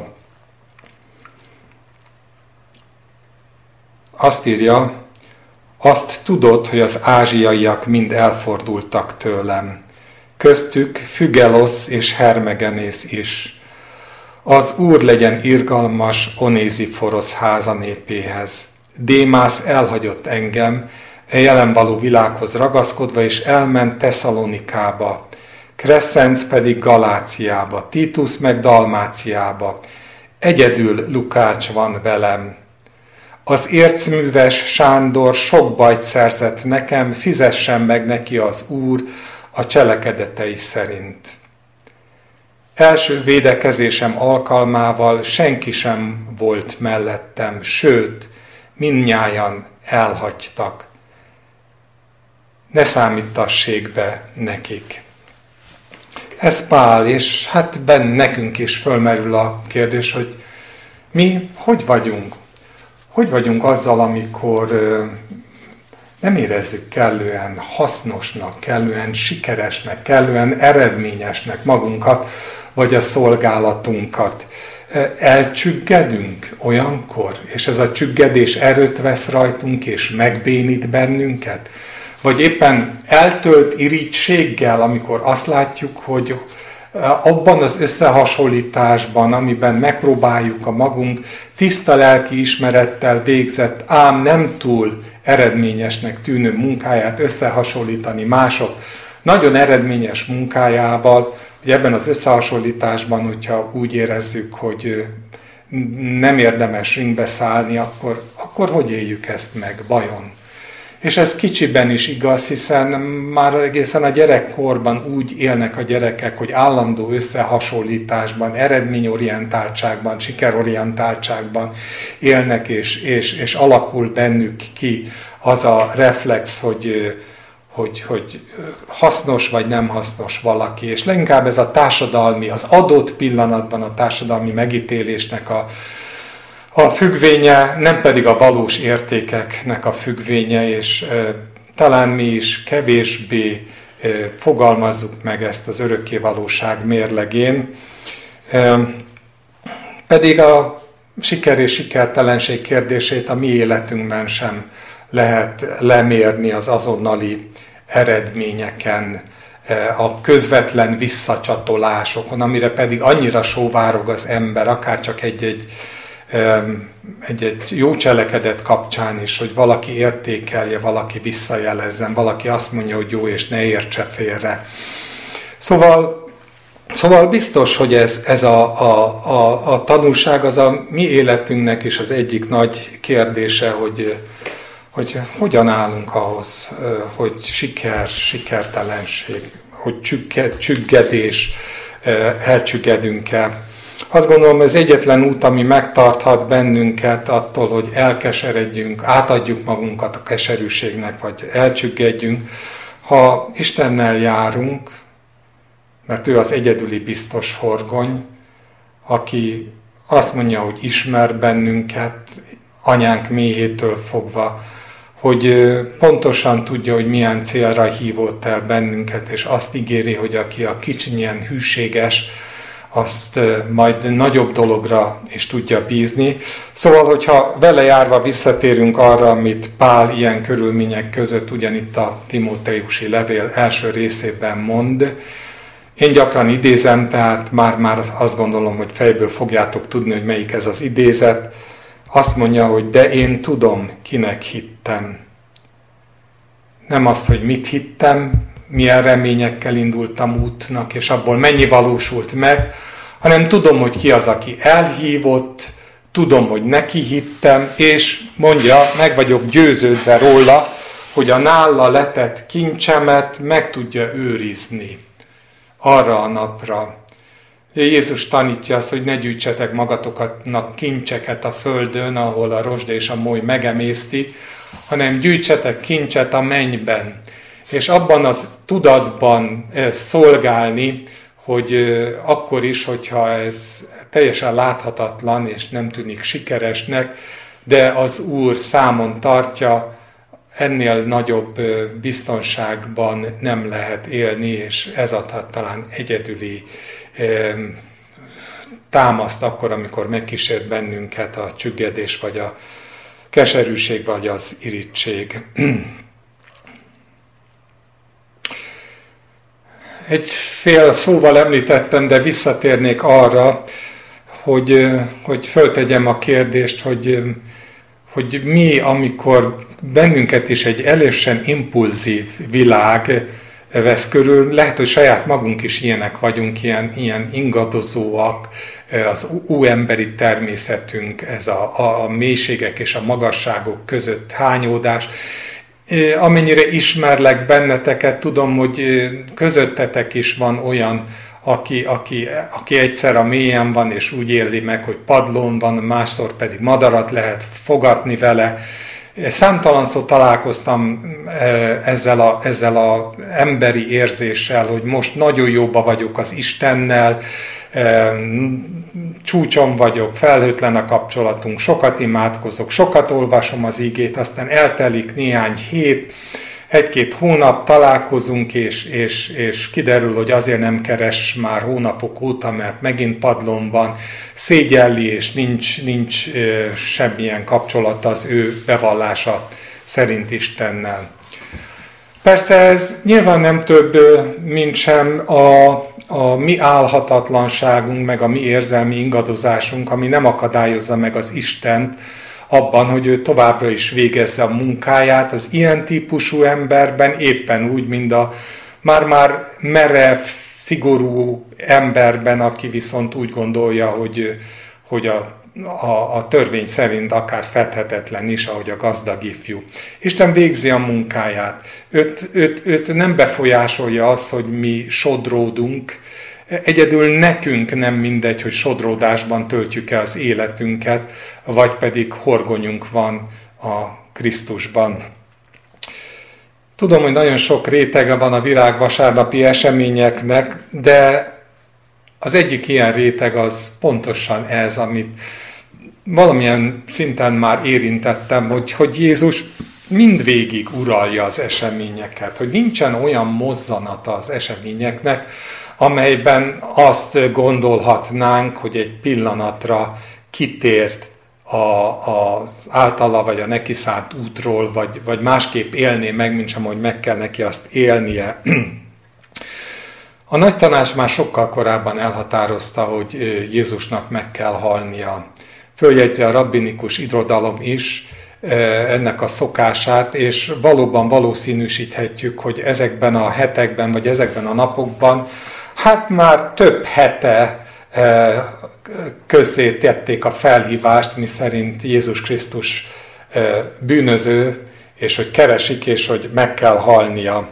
Azt írja, azt tudod, hogy az ázsiaiak mind elfordultak tőlem. Köztük Fügelosz és Hermegenész is. Az Úr legyen irgalmas Onéziforosz háza népéhez. Démász elhagyott engem, jelen való világhoz ragaszkodva, és elment Tesszalonikába, Crescenc pedig Galáciába, Titus meg Dalmáciába. Egyedül Lukács van velem. Az ércműves Sándor sok bajt szerzett nekem, fizessen meg neki az Úr a cselekedetei szerint. Első védekezésem alkalmával senki sem volt mellettem, sőt, mindnyájan elhagytak. Ne számítassék be nekik. Ez Pál, és hát nekünk is fölmerül a kérdés, hogy mi hogy vagyunk? Hogy vagyunk azzal, amikor nem érezzük kellően hasznosnak, kellően sikeresnek, kellően eredményesnek magunkat, vagy a szolgálatunkat? Elcsüggedünk olyankor, és ez a csüggedés erőt vesz rajtunk, és megbénít bennünket? Vagy éppen eltölt irítséggel, amikor azt látjuk, hogy abban az összehasonlításban, amiben megpróbáljuk a magunk tiszta lelki ismerettel végzett, ám nem túl eredményesnek tűnő munkáját összehasonlítani mások nagyon eredményes munkájával, hogy ebben az összehasonlításban, hogyha úgy érezzük, hogy nem érdemes ringbe szállni, akkor hogy éljük ezt meg vajon? És ez kicsiben is igaz, hiszen már egészen a gyerekkorban úgy élnek a gyerekek, hogy állandó összehasonlításban, eredményorientáltságban, sikerorientáltságban élnek, és alakul bennük ki az a reflex, hogy hasznos vagy nem hasznos valaki. És leginkább ez a társadalmi, az adott pillanatban a társadalmi megítélésnek a függvénye, nem pedig a valós értékeknek a függvénye, és talán mi is kevésbé fogalmazzuk meg ezt az örökkévalóság mérlegén. Pedig a siker és sikertelenség kérdését a mi életünkben sem lehet lemérni az azonnali eredményeken, a közvetlen visszacsatolásokon, amire pedig annyira sóvárog az ember, akár csak egy jó cselekedet kapcsán is, hogy valaki értékelje, valaki visszajelezzen, valaki azt mondja, hogy jó, és ne értse félre. Szóval biztos, hogy ez a tanulság az a mi életünknek is az egyik nagy kérdése, hogy hogyan állunk ahhoz, hogy sikertelenség, hogy csüggedés, elcsüggedünk-e. Azt gondolom, ez egyetlen út, ami megtarthat bennünket attól, hogy elkeseredjünk, átadjuk magunkat a keserűségnek, vagy elcsüggedjünk, ha Istennel járunk, mert ő az egyedüli biztos horgony, aki azt mondja, hogy ismer bennünket, anyánk méhétől fogva, hogy pontosan tudja, hogy milyen célra hívott el bennünket, és azt ígéri, hogy aki a kicsinyen hűséges, azt majd nagyobb dologra is tudja bízni. Szóval, hogyha vele járva visszatérünk arra, amit Pál ilyen körülmények között ugyanitt a Timóteusi levél első részében mond, én gyakran idézem, tehát már azt gondolom, hogy fejből fogjátok tudni, hogy melyik ez az idézet. Azt mondja, hogy de én tudom, kinek hittem. Nem azt, hogy mit hittem, milyen reményekkel indultam útnak, és abból mennyi valósult meg, hanem tudom, hogy ki az, aki elhívott, tudom, hogy neki hittem, és mondja, meg vagyok győződve róla, hogy a nála letett kincsemet meg tudja őrizni arra a napra. Jézus tanítja azt, hogy ne gyűjtsetek magatoknak kincseket a földön, ahol a rozsda és a moly megemészti, hanem gyűjtsetek kincset a mennyben. És abban az tudatban szolgálni, hogy akkor is, hogyha ez teljesen láthatatlan és nem tűnik sikeresnek, de az Úr számon tartja, ennél nagyobb biztonságban nem lehet élni, és ez adhat talán egyedüli támaszt akkor, amikor megkísér bennünket a csüggedés, vagy a keserűség, vagy az irigység. Egy fél szóval említettem, de visszatérnék arra, hogy föltegyem a kérdést, hogy mi, amikor bennünket is egy elősen impulzív világ vesz körül, lehet, hogy saját magunk is ilyenek vagyunk, ilyen ingadozóak, az óemberi természetünk, ez a mélységek és a magasságok között hányódás. Amennyire ismerlek benneteket, tudom, hogy közöttetek is van olyan, aki egyszer a mélyen van, és úgy éli meg, hogy padlón van, másszor pedig madarat lehet fogatni vele. Számtalanszor találkoztam ezzel az emberi érzéssel, hogy most nagyon jóba vagyok az Istennel, csúcson vagyok, felhőtlen a kapcsolatunk, sokat imádkozok, sokat olvasom az igét, aztán eltelik néhány hét, egy-két hónap, találkozunk, és kiderül, hogy azért nem keres már hónapok óta, mert megint padlón van, szégyelli, és nincs semmilyen kapcsolata az ő bevallása szerint Istennel. Persze ez nyilván nem több, mint sem a mi álhatatlanságunk, meg a mi érzelmi ingadozásunk, ami nem akadályozza meg az Istent abban, hogy ő továbbra is végezze a munkáját az ilyen típusú emberben, éppen úgy, mint a már merev, szigorú emberben, aki viszont úgy gondolja, hogy a törvény szerint akár fedhetetlen is, ahogy a gazdag ifjú. Isten végzi a munkáját. Őt nem befolyásolja az, hogy mi sodródunk. Egyedül nekünk nem mindegy, hogy sodródásban töltjük-e az életünket, vagy pedig horgonyunk van a Krisztusban. Tudom, hogy nagyon sok rétege van a virágvasárnapi eseményeknek, de az egyik ilyen réteg az pontosan ez, amit valamilyen szinten már érintettem, hogy Jézus mindvégig uralja az eseményeket, hogy nincsen olyan mozzanata az eseményeknek, amelyben azt gondolhatnánk, hogy egy pillanatra kitért az általa vagy a neki szánt útról, vagy másképp élné meg, mint sem, hogy meg kell neki azt élnie. A Nagy Tanács már sokkal korábban elhatározta, hogy Jézusnak meg kell halnia. Följegyzi a rabbinikus irodalom is ennek a szokását, és valóban valószínűsíthetjük, hogy ezekben a hetekben, vagy ezekben a napokban, hát már több hete közzé tették a felhívást, miszerint Jézus Krisztus bűnöző, és hogy keresik, és hogy meg kell halnia.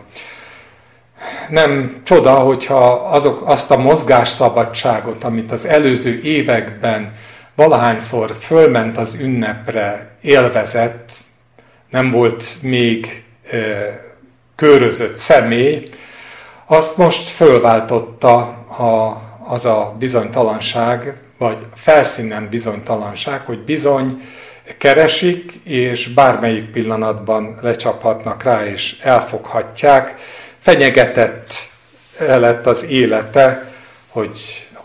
Nem csoda, hogyha azt a mozgásszabadságot, amit az előző években valahányszor fölment az ünnepre, élvezett, nem volt még körözött személy, azt most fölváltotta az a bizonytalanság, vagy felszínen bizonytalanság, hogy bizony keresik, és bármelyik pillanatban lecsaphatnak rá, és elfoghatják. Fenyegetett lett az élete, hogy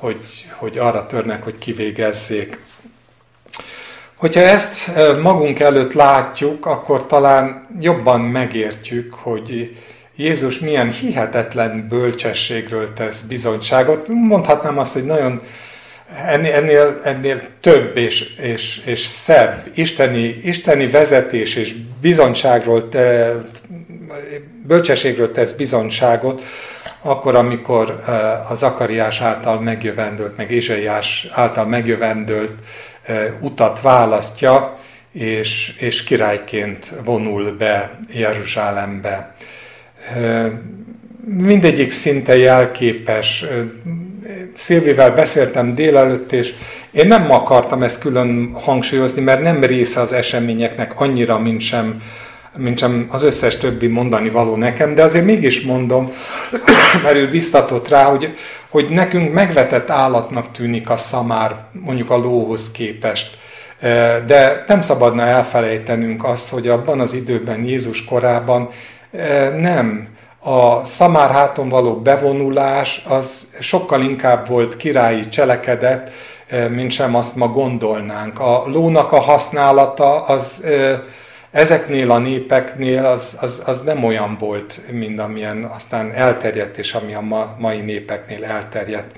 hogy arra törnek, hogy kivégezzék. Hogyha ezt magunk előtt látjuk, akkor talán jobban megértjük, hogy Jézus milyen hihetetlen bölcsességről tesz bizonyságot. Mondhatnám azt, hogy nagyon ennél több és szebb isteni vezetés és bizonyságról, bölcsességről tesz bizonyságot, akkor, amikor a Zakariás által megjövendőlt, meg Ézsaiás által megjövendőlt utat választja, és királyként vonul be Jeruzsálembe. Mindegyik szinte jelképes. Szilvivel beszéltem délelőtt, és én nem akartam ezt külön hangsúlyozni, mert nem része az eseményeknek annyira, mint sem az összes többi mondani való nekem, de azért mégis mondom, mert ő biztatott rá, hogy nekünk megvetett állatnak tűnik a szamár, mondjuk a lóhoz képest. De nem szabadna elfelejtenünk azt, hogy abban az időben, Jézus korában nem. A szamárháton való bevonulás az sokkal inkább volt királyi cselekedet, mint sem azt ma gondolnánk. A lónak a használata az ezeknél a népeknél az nem olyan volt, mint amilyen aztán elterjedt, és ami a mai népeknél elterjedt.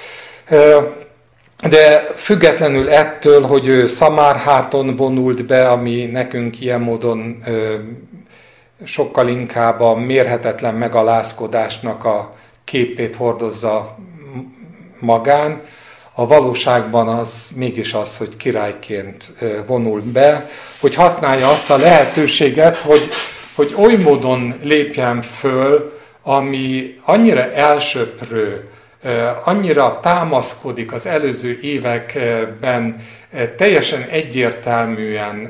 De függetlenül ettől, hogy ő szamárháton vonult be, ami nekünk ilyen módon sokkal inkább a mérhetetlen megalázkodásnak a képét hordozza magán, a valóságban az mégis az, hogy királyként vonul be, hogy használja azt a lehetőséget, hogy oly módon lépjen föl, ami annyira elsöprő, annyira támaszkodik az előző években teljesen egyértelműen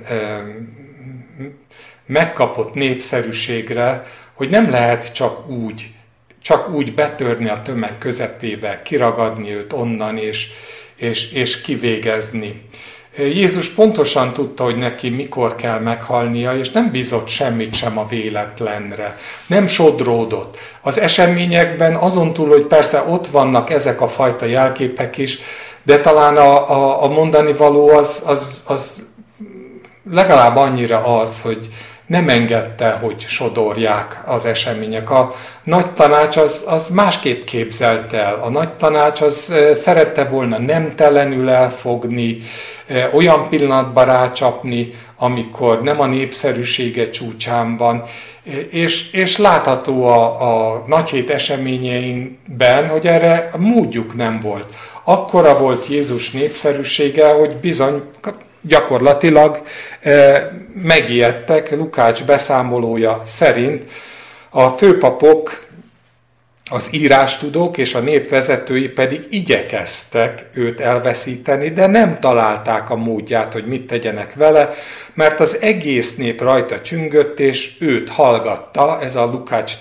megkapott népszerűségre, hogy nem lehet csak úgy betörni a tömeg közepébe, kiragadni őt onnan és kivégezni. Jézus pontosan tudta, hogy neki mikor kell meghalnia, és nem bízott semmit sem a véletlenre. Nem sodródott. Az eseményekben azon túl, hogy persze ott vannak ezek a fajta jelképek is, de talán a mondani való az legalább annyira az, hogy nem engedte, hogy sodorják az események. A nagy tanács az másképp képzelt el. A nagy tanács az szerette volna nemtelenül elfogni, olyan pillanatban rácsapni, amikor nem a népszerűsége csúcsán van. És látható a nagyhét eseményeinben, hogy erre módjuk nem volt. Akkora volt Jézus népszerűsége, hogy bizony gyakorlatilag megijedtek. Lukács beszámolója szerint a főpapok, az írástudók és a nép vezetői pedig igyekeztek őt elveszíteni, de nem találták a módját, hogy mit tegyenek vele, mert az egész nép rajta csüngött, és őt hallgatta, ez a Lukács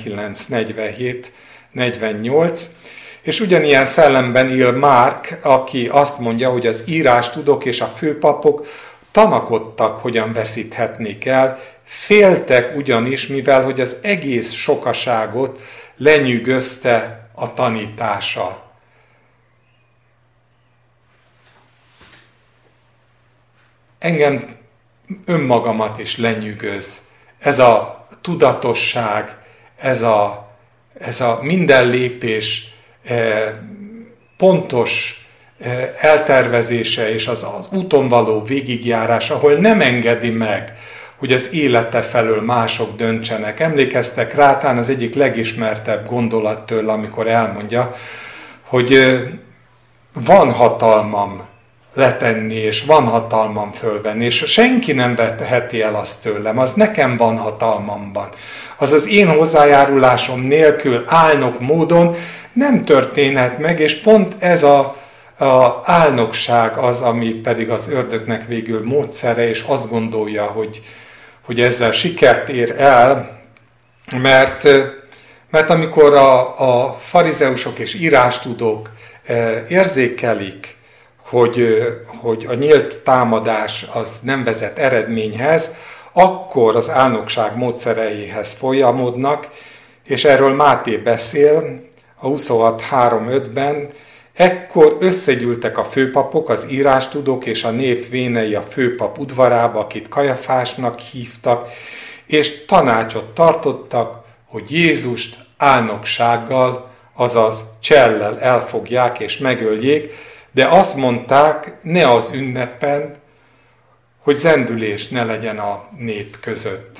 19:47-48, és ugyanilyen szellemben él Márk, aki azt mondja, hogy az írástudók és a főpapok tanakodtak, hogyan veszíthetnék el, féltek ugyanis, mivel hogy az egész sokaságot lenyűgözte a tanítása. Engem önmagamat is lenyűgöz. Ez a tudatosság, ez a minden lépés pontos eltervezése és az úton való végigjárás, ahol nem engedi meg, hogy az élete felől mások döntsenek. Emlékeztek rá, talán az egyik legismertebb gondolat tőle, amikor elmondja, hogy van hatalmam letenni, és van hatalmam fölvenni, és senki nem vetheti el azt tőlem, az nekem van hatalmamban. Az az én hozzájárulásom nélkül álnok módon nem történhet meg, és pont ez a álnokság az, ami pedig az ördögnek végül módszere, és azt gondolja, hogy ezzel sikert ér el, mert amikor a farizeusok és írástudók érzékelik, hogy a nyílt támadás az nem vezet eredményhez, akkor az álnokság módszereihez folyamodnak, és erről Máté beszél a 26:3-5-ben, Ekkor összegyűltek a főpapok, az írástudók és a nép vénei a főpap udvarába, akit Kajafásnak hívtak, és tanácsot tartottak, hogy Jézust álnoksággal, azaz csellel elfogják és megöljék, de azt mondták, ne az ünnepen, hogy zendülés ne legyen a nép között.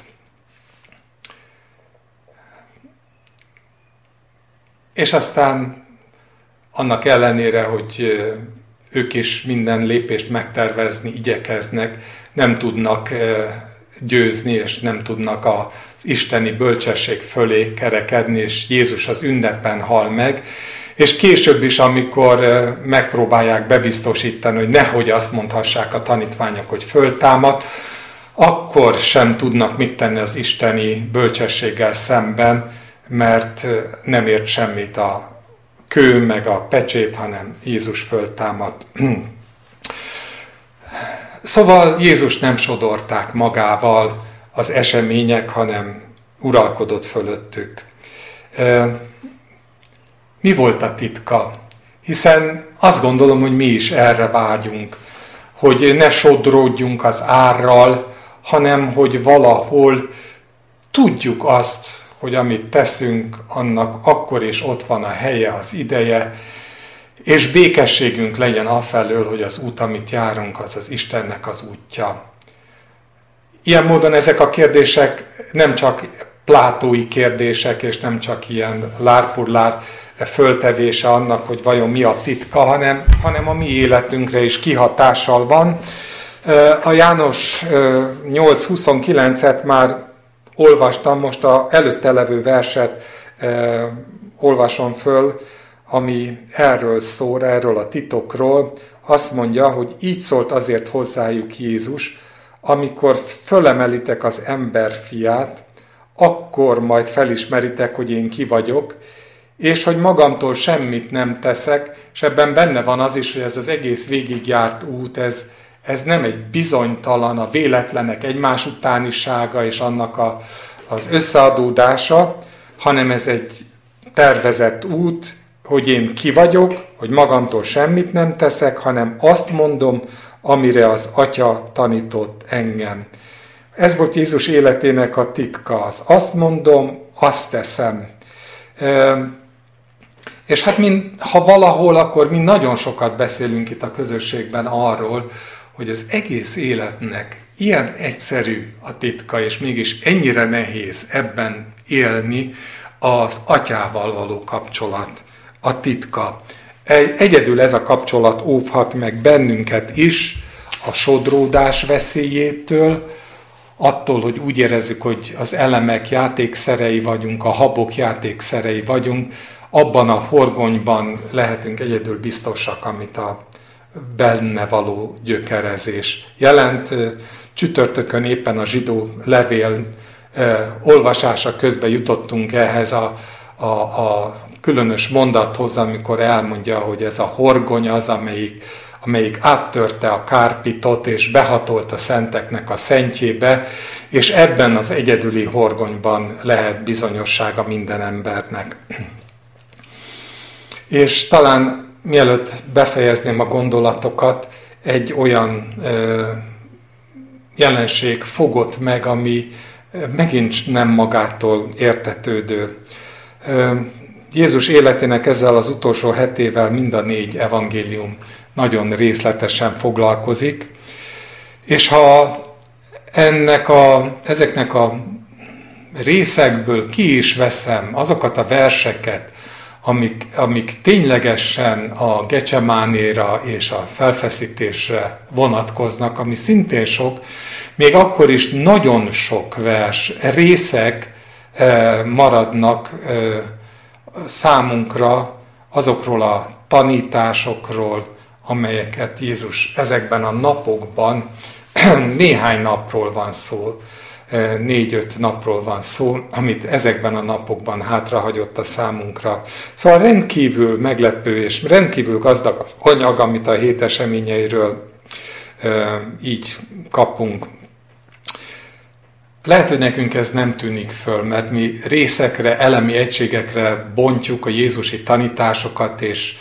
És aztán annak ellenére, hogy ők is minden lépést megtervezni igyekeznek, nem tudnak győzni, és nem tudnak az isteni bölcsesség fölé kerekedni, és Jézus az ünnepen hal meg. És később is, amikor megpróbálják bebiztosítani, hogy nehogy azt mondhassák a tanítványok, hogy föltámad, akkor sem tudnak mit tenni az isteni bölcsességgel szemben, mert nem ért semmit a kő, meg a pecsét, hanem Jézus föltámad. Szóval Jézus nem sodorták magával az események, hanem uralkodott fölöttük. Mi volt a titka? Hiszen azt gondolom, hogy mi is erre vágyunk, hogy ne sodródjunk az árral, hanem hogy valahol tudjuk azt, hogy amit teszünk, annak akkor is ott van a helye, az ideje, és békességünk legyen afelől, hogy az út, amit járunk, az az Istennek az útja. Ilyen módon ezek a kérdések nem csak plátói kérdések, és nem csak ilyen lárpurlár föltevése annak, hogy vajon mi a titka, hanem a mi életünkre is kihatással van. A János 8:29-et már olvastam, most az előtte levő verset olvasom föl, ami erről szól, erről a titokról. Azt mondja, hogy így szólt azért hozzájuk Jézus, amikor fölemelitek az emberfiát, akkor majd felismeritek, hogy én ki vagyok, és hogy magamtól semmit nem teszek, és ebben benne van az is, hogy ez az egész végigjárt út, ez nem egy bizonytalan, a véletlenek egymás utánisága és annak az összeadódása, hanem ez egy tervezett út, hogy én ki vagyok, hogy magamtól semmit nem teszek, hanem azt mondom, amire az Atya tanított engem. Ez volt Jézus életének a titka, az azt mondom, azt teszem. És hát ha valahol, akkor mi nagyon sokat beszélünk itt a közösségben arról, hogy az egész életnek ilyen egyszerű a titka, és mégis ennyire nehéz ebben élni az Atyával való kapcsolat, a titka. Egyedül ez a kapcsolat óvhat meg bennünket is a sodródás veszélyétől, attól, hogy úgy érezzük, hogy az elemek játékszerei vagyunk, a habok játékszerei vagyunk, abban a horgonyban lehetünk egyedül biztosak, amit a benne való gyökerezés jelent. Csütörtökön éppen a zsidó levél olvasása közben jutottunk ehhez a különös mondathoz, amikor elmondja, hogy ez a horgony az, amelyik áttörte a kárpitot, és behatolt a szenteknek a szentjébe, és ebben az egyedüli horgonyban lehet bizonyossága minden embernek. És talán mielőtt befejezném a gondolatokat, egy olyan jelenség fogott meg, ami megint nem magától értetődő. Jézus életének ezzel az utolsó hetével mind a 4 evangélium nagyon részletesen foglalkozik, és ha ezeknek a részekből ki is veszem azokat a verseket, amik ténylegesen a Gecsemánéra és a felfeszítésre vonatkoznak, ami szintén sok, még akkor is nagyon sok vers, részek maradnak számunkra azokról a tanításokról, amelyeket Jézus ezekben a napokban, néhány napról van szó, 4-5 napról van szó, amit ezekben a napokban hátrahagyott a számunkra. Szóval rendkívül meglepő és rendkívül gazdag az anyag, amit a hét eseményeiről így kapunk. Lehet, hogy nekünk ez nem tűnik föl, mert mi részekre, elemi egységekre bontjuk a jézusi tanításokat, és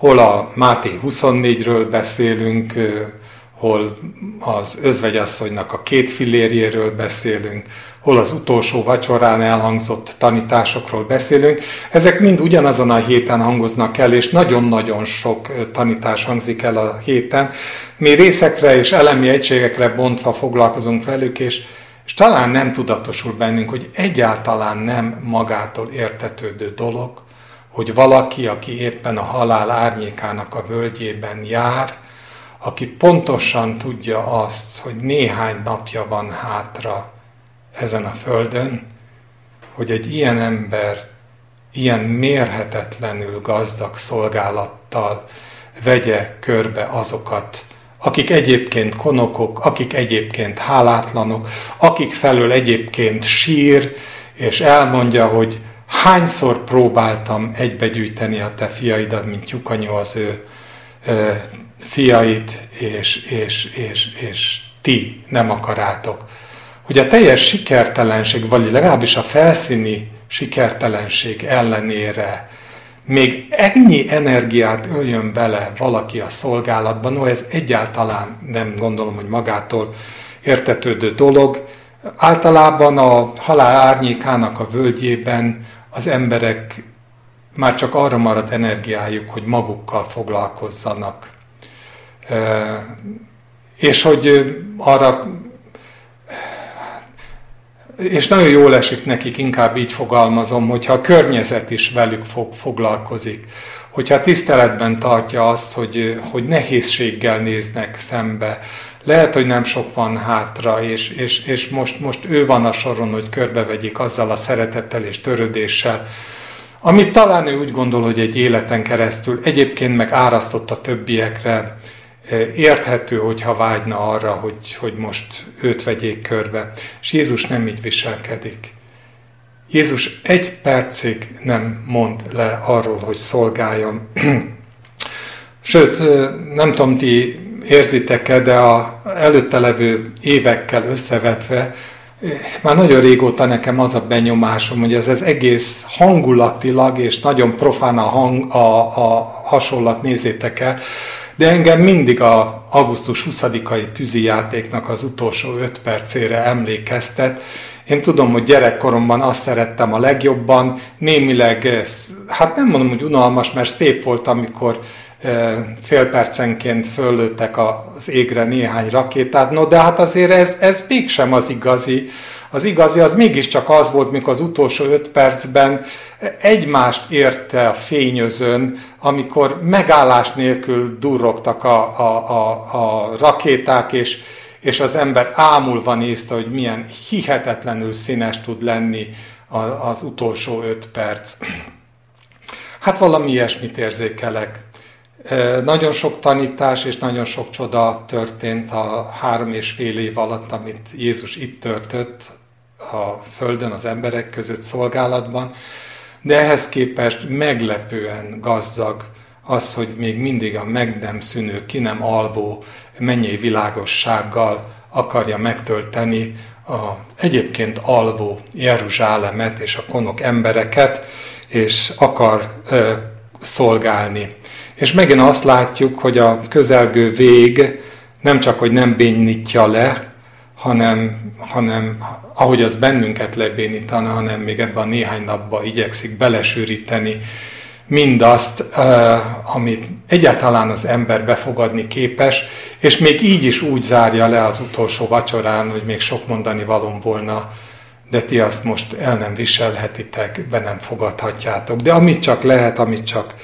hol a Máté 24-ről beszélünk, hol az özvegyasszonynak a 2 fillérjéről beszélünk, hol az utolsó vacsorán elhangzott tanításokról beszélünk. Ezek mind ugyanazon a héten hangoznak el, és nagyon-nagyon sok tanítás hangzik el a héten. Mi részekre és elemi egységekre bontva foglalkozunk velük, és talán nem tudatosul bennünk, hogy egyáltalán nem magától értetődő dolog, hogy valaki, aki éppen a halál árnyékának a völgyében jár, aki pontosan tudja azt, hogy néhány napja van hátra ezen a földön, hogy egy ilyen ember ilyen mérhetetlenül gazdag szolgálattal vegye körbe azokat, akik egyébként konokok, akik egyébként hálátlanok, akik felől egyébként sír, és elmondja, hogy hányszor próbáltam egybegyűjteni a te fiaidat, mint tyúkanyó az ő fiait, és ti nem akarátok. Hogy a teljes sikertelenség, vagy legalábbis a felszíni sikertelenség ellenére még ennyi energiát öljön bele valaki a szolgálatban, ez egyáltalán nem gondolom, hogy magától értetődő dolog. Általában a halál árnyékának a völgyében az emberek már csak arra marad energiájuk, hogy magukkal foglalkozzanak. És hogy arra, és nagyon jól esik nekik, inkább így fogalmazom, hogyha a környezet is velük foglalkozik, hogyha tiszteletben tartja azt, hogy nehézséggel néznek szembe, lehet, hogy nem sok van hátra, és most ő van a soron, hogy körbevegyék azzal a szeretettel és törődéssel, amit talán ő úgy gondol, hogy egy életen keresztül egyébként meg árasztott a többiekre, érthető, hogyha vágyna arra, hogy most őt vegyék körbe. És Jézus nem így viselkedik. Jézus egy percig nem mond le arról, hogy szolgáljon. Sőt, nem tudom, ti érzitek-e, de az előtte levő évekkel összevetve, már nagyon régóta nekem az a benyomásom, hogy ez az egész hangulatilag, és nagyon profán a hasonlat, nézzétek el, de engem mindig az augusztus 20-ai tűzijátéknak az utolsó 5 percére emlékeztet. Én tudom, hogy gyerekkoromban azt szerettem a legjobban, némileg, hát nem mondom, hogy unalmas, mert szép volt, amikor fél percenként föllőttek az égre néhány rakétát, no de hát azért ez mégsem az igazi. Az igazi az mégiscsak az volt, mikor az utolsó 5 percben egymást érte a fényözön, amikor megállás nélkül durrogtak a rakéták, és az ember ámulva nézte, hogy milyen hihetetlenül színes tud lenni az utolsó 5 perc. Hát valami ilyesmit érzékelek. Nagyon sok tanítás és nagyon sok csoda történt a 3,5 év alatt, amit Jézus itt töltött a földön, az emberek között szolgálatban, de ehhez képest meglepően gazdag az, hogy még mindig a meg nem szűnő, ki nem alvó mennyei világossággal akarja megtölteni a egyébként alvó Jeruzsálemet és a konok embereket, és akar szolgálni. És megint azt látjuk, hogy a közelgő vég nem csak, hogy nem bénítja le, hanem ahogy az bennünket lebénítana, hanem még ebben a néhány napban igyekszik belesűríteni mindazt, amit egyáltalán az ember befogadni képes, és még így is úgy zárja le az utolsó vacsorán, hogy még sok mondani valóm volna, de ti azt most el nem viselhetitek, be nem fogadhatjátok. De amit csak lehet, amit csak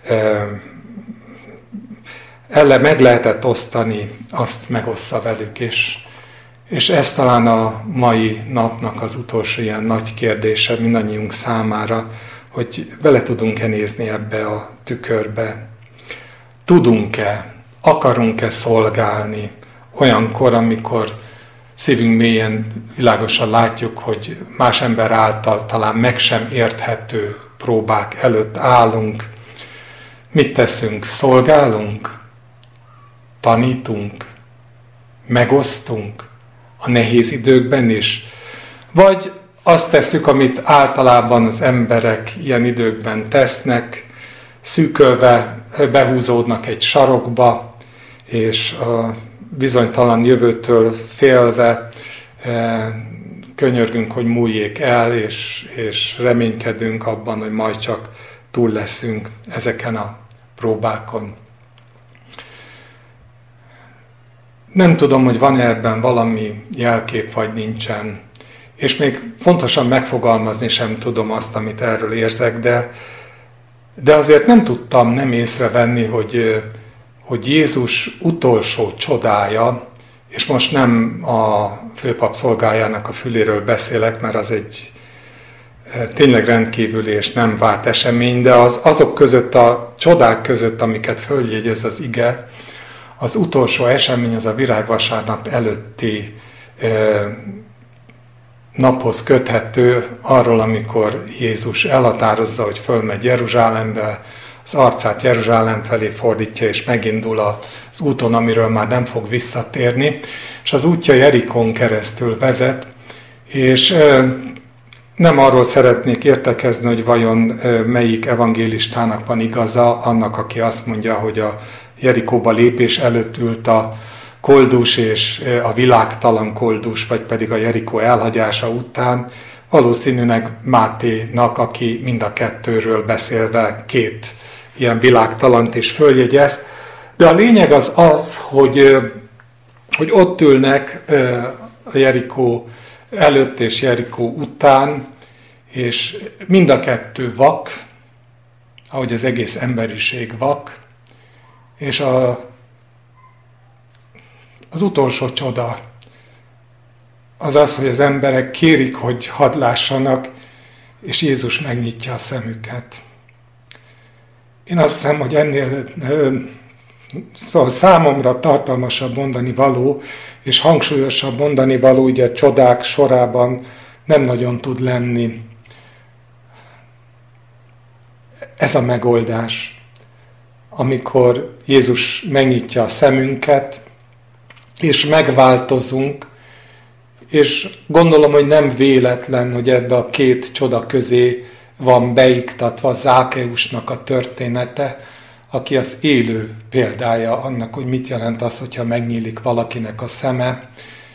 meg lehetett osztani, azt megossza velük, és ez talán a mai napnak az utolsó ilyen nagy kérdése mindannyiunk számára, hogy bele tudunk-e nézni ebbe a tükörbe. Tudunk-e, akarunk-e szolgálni olyankor, amikor szívünk mélyen világosan látjuk, hogy más ember által talán meg sem érthető próbák előtt állunk. Mit teszünk? Szolgálunk? Tanítunk? Megosztunk? A nehéz időkben is? Vagy azt tesszük, amit általában az emberek ilyen időkben tesznek, szűkölve behúzódnak egy sarokba, és a bizonytalan jövőtől félve könyörgünk, hogy múljék el, és reménykedünk abban, hogy majd csak túl leszünk ezeken a próbákon. Nem tudom, hogy van-e ebben valami jelkép, vagy nincsen. És még fontosan megfogalmazni sem tudom azt, amit erről érzek, de azért nem tudtam nem észrevenni, hogy Jézus utolsó csodája, és most nem a főpap szolgájának a füléről beszélek, mert az egy tényleg rendkívüli és nem várt esemény, de azok között, a csodák között, amiket följegyez az ige, az utolsó esemény az a virágvasárnap előtti naphoz köthető, arról, amikor Jézus elhatározza, hogy fölmegy Jeruzsálembe, az arcát Jeruzsálem felé fordítja, és megindul az úton, amiről már nem fog visszatérni, és az útja Jerikón keresztül vezet, és nem arról szeretnék értekezni, hogy vajon melyik evangélistának van igaza, annak, aki azt mondja, hogy a Jerikóba lépés előtt ült a koldus és a világtalan koldus, vagy pedig a Jerikó elhagyása után, valószínűleg Máténak, aki mind a kettőről beszélve két ilyen világtalant is följegyez. De a lényeg az, hogy ott ülnek a Jerikó előtt és Jerikó után, és mind a kettő vak, ahogy az egész emberiség vak, és az utolsó csoda az, hogy az emberek kérik, hogy hadd lássanak, és Jézus megnyitja a szemüket. Én azt hiszem, hogy ennél szóval számomra tartalmasabb mondani való, és hangsúlyosabb mondani való, ugye a csodák sorában nem nagyon tud lenni. Ez a megoldás, amikor Jézus megnyitja a szemünket, és megváltozunk, és gondolom, hogy nem véletlen, hogy ebbe a két csoda közé van beiktatva Zákeusnak a története, aki az élő példája annak, hogy mit jelent az, hogyha megnyílik valakinek a szeme,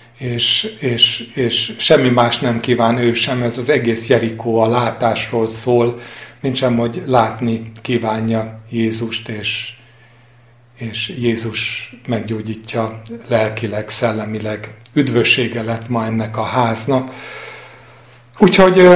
és semmi más nem kíván ő sem, ez az egész Jerikó a látásról szól, mintsem, hogy látni kívánja Jézust, és Jézus meggyógyítja lelkileg, szellemileg. Üdvössége lett ma ennek a háznak. Úgyhogy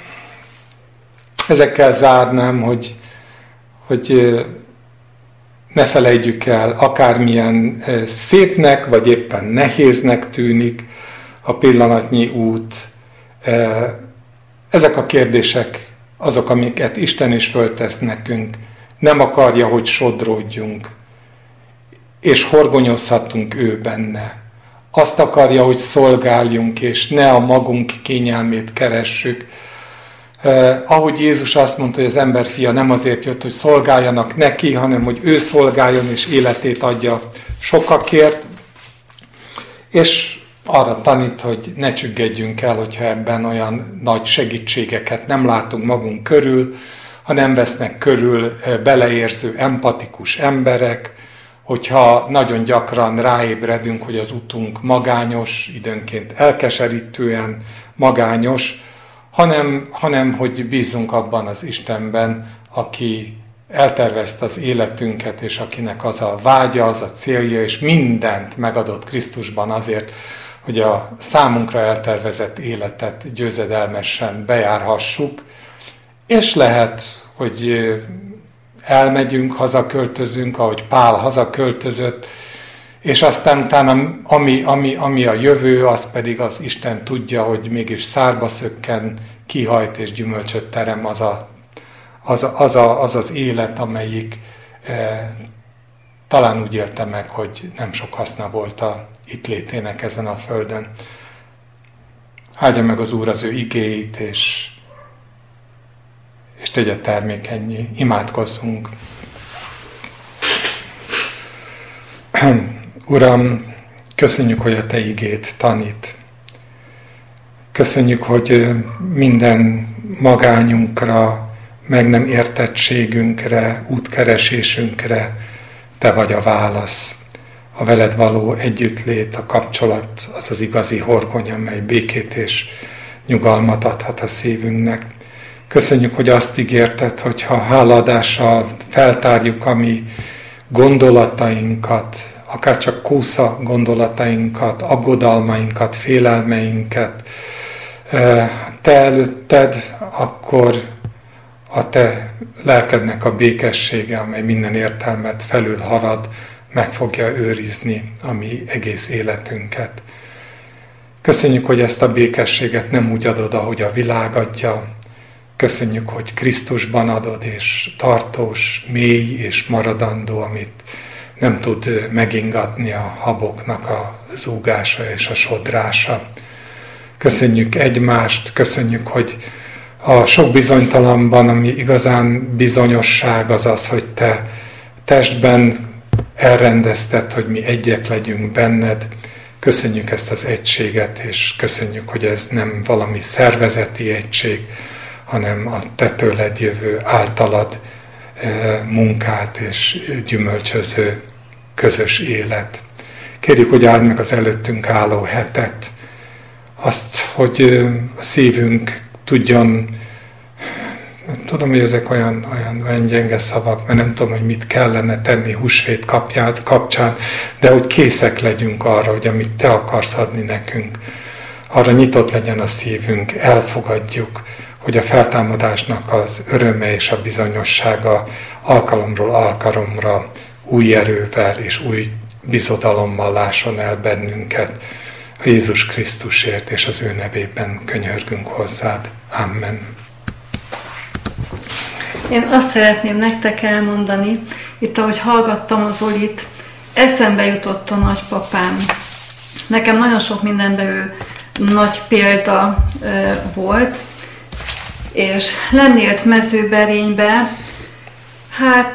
ezekkel zárnám, hogy ne felejtjük el, akármilyen szépnek, vagy éppen nehéznek tűnik a pillanatnyi út. Ezek a kérdések azok, amiket Isten is föltesz nekünk. Nem akarja, hogy sodródjunk, és horgonyozhatunk ő benne. Azt akarja, hogy szolgáljunk, és ne a magunk kényelmét keressük. Ahogy Jézus azt mondta, hogy az emberfia nem azért jött, hogy szolgáljanak neki, hanem hogy ő szolgáljon, és életét adja sokakért. És arra tanít, hogy ne csüggedjünk el, hogyha ebben olyan nagy segítségeket nem látunk magunk körül, ha nem vesznek körül beleérző, empatikus emberek, hogyha nagyon gyakran ráébredünk, hogy az utunk magányos, időnként elkeserítően magányos, hanem hogy bízunk abban az Istenben, aki eltervezte az életünket, és akinek az a vágya, az a célja, és mindent megadott Krisztusban azért, hogy a számunkra eltervezett életet győzedelmesen bejárhassuk, és lehet, hogy elmegyünk, hazaköltözünk, ahogy Pál hazaköltözött, és aztán utána, ami a jövő, az pedig az Isten tudja, hogy mégis szárba szökken, kihajt és gyümölcsöt terem az élet, amelyik talán úgy élte meg, hogy nem sok haszna volt a itt létének ezen a földön. Áldja meg az Úr az ő igéit, és tegye termékennyé. Imádkozzunk. Uram, köszönjük, hogy a Te igét tanít. Köszönjük, hogy minden magányunkra meg nem értettségünkre, útkeresésünkre te vagy a válasz. A veled való együttlét, a kapcsolat az az igazi horgony, amely békét és nyugalmat adhat a szívünknek. Köszönjük, hogy azt ígérted, hogy ha hálaadással feltárjuk a mi gondolatainkat, akár csak kúsza gondolatainkat, aggodalmainkat, félelmeinket, te előtted, akkor a te lelkednek a békessége, amely minden értelmet felülhalad, meg fogja őrizni a mi egész életünket. Köszönjük, hogy ezt a békességet nem úgy adod, ahogy a világ adja. Köszönjük, hogy Krisztusban adod, és tartós, mély és maradandó, amit nem tud megingatni a haboknak a zúgása és a sodrása. Köszönjük egymást, köszönjük, hogy a sok bizonytalanban, ami igazán bizonyosság, az az, hogy te testben elrendezted, hogy mi egyek legyünk benned. Köszönjük ezt az egységet, és köszönjük, hogy ez nem valami szervezeti egység, hanem a te tőled jövő, általad munkált és gyümölcsöző közös élet. Kérjük, hogy áld meg az előttünk álló hetet, azt, hogy a szívünk tudjon, tudom, hogy ezek olyan gyenge szavak, mert nem tudom, hogy mit kellene tenni húsvét kapcsán, de hogy készek legyünk arra, hogy amit te akarsz adni nekünk, arra nyitott legyen a szívünk, elfogadjuk, hogy a feltámadásnak az öröme és a bizonyossága alkalomról alkalomra új erővel és új bizodalommal lásson el bennünket. A Jézus Krisztusért és az ő nevében könyörgünk hozzád. Amen. Én azt szeretném nektek elmondani, itt ahogy hallgattam az Zolit, eszembe jutott a nagypapám. Nekem nagyon sok mindenben ő nagy példa volt, és lennélt Mezőberénybe, hát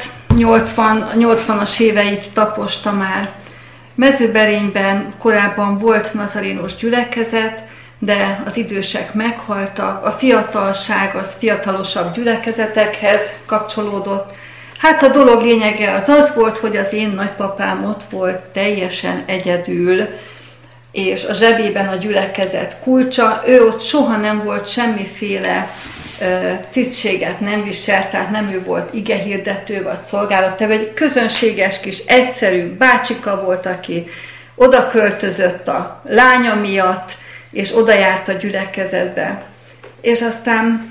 80-as éveit taposta már. Mezőberényben korábban volt nazarénos gyülekezet, de az idősek meghaltak, a fiatalság az fiatalosabb gyülekezetekhez kapcsolódott. Hát a dolog lényege az volt, hogy az én nagypapám ott volt teljesen egyedül, és a zsebében a gyülekezet kulcsa, ő ott soha nem volt semmiféle tisztséget nem viselt, tehát nem ő volt igehirdető vagy szolgálattevő, egy közönséges kis egyszerű bácsika volt, aki oda költözött a lánya miatt, és oda járt a gyülekezetbe. És aztán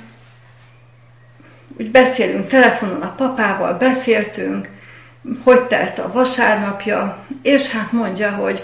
úgy beszélünk telefonon a papával, beszéltünk, hogy telt a vasárnapja, és hát mondja, hogy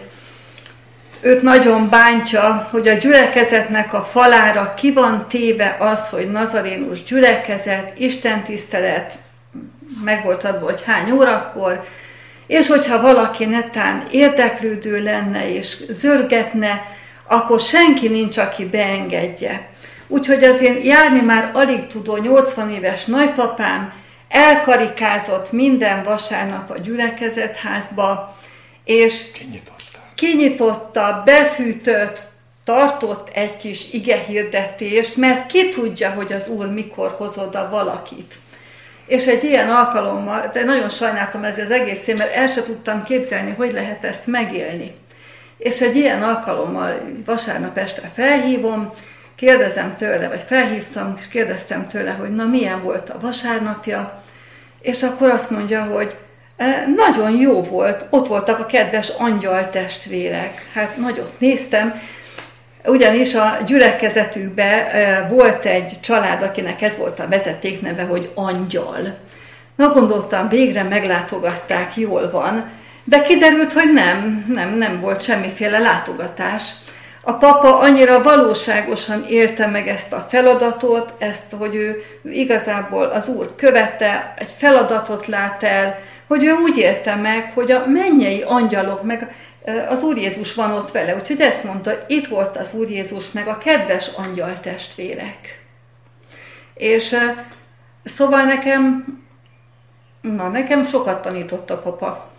őt nagyon bántja, hogy a gyülekezetnek a falára ki van téve az, hogy nazarénus gyülekezet, istentisztelet, meg volt adva, hogy hány órakor, és hogyha valaki netán érdeklődő lenne és zörgetne, akkor senki nincs, aki beengedje. Úgyhogy az én járni már alig tudó 80 éves nagypapám elkarikázott minden vasárnap a gyülekezetházba, és kinyitotta, befűtött, tartott egy kis igehirdetést, mert ki tudja, hogy az Úr mikor hoz oda valakit. És egy ilyen alkalommal, de nagyon sajnáltam ezzel az egészét, mert el sem tudtam képzelni, hogy lehet ezt megélni. És egy ilyen alkalommal vasárnap este felhívom, kérdezem tőle, vagy felhívtam, és kérdeztem tőle, hogy na milyen volt a vasárnapja, és akkor azt mondja, hogy nagyon jó volt, ott voltak a kedves angyal testvérek. Hát nagyot néztem, ugyanis a gyülekezetükben volt egy család, akinek ez volt a vezetékneve, hogy Angyal. Na gondoltam, végre meglátogatták, jól van, de kiderült, hogy nem volt semmiféle látogatás. A papa annyira valóságosan élte meg ezt a feladatot, ezt, hogy ő igazából az Úr követte, egy feladatot lát el, hogy ő úgy élte meg, hogy a mennyei angyalok, meg az Úr Jézus van ott vele. Úgyhogy ezt mondta, itt volt az Úr Jézus, meg a kedves angyal testvérek. És szóval nekem sokat tanított a papa.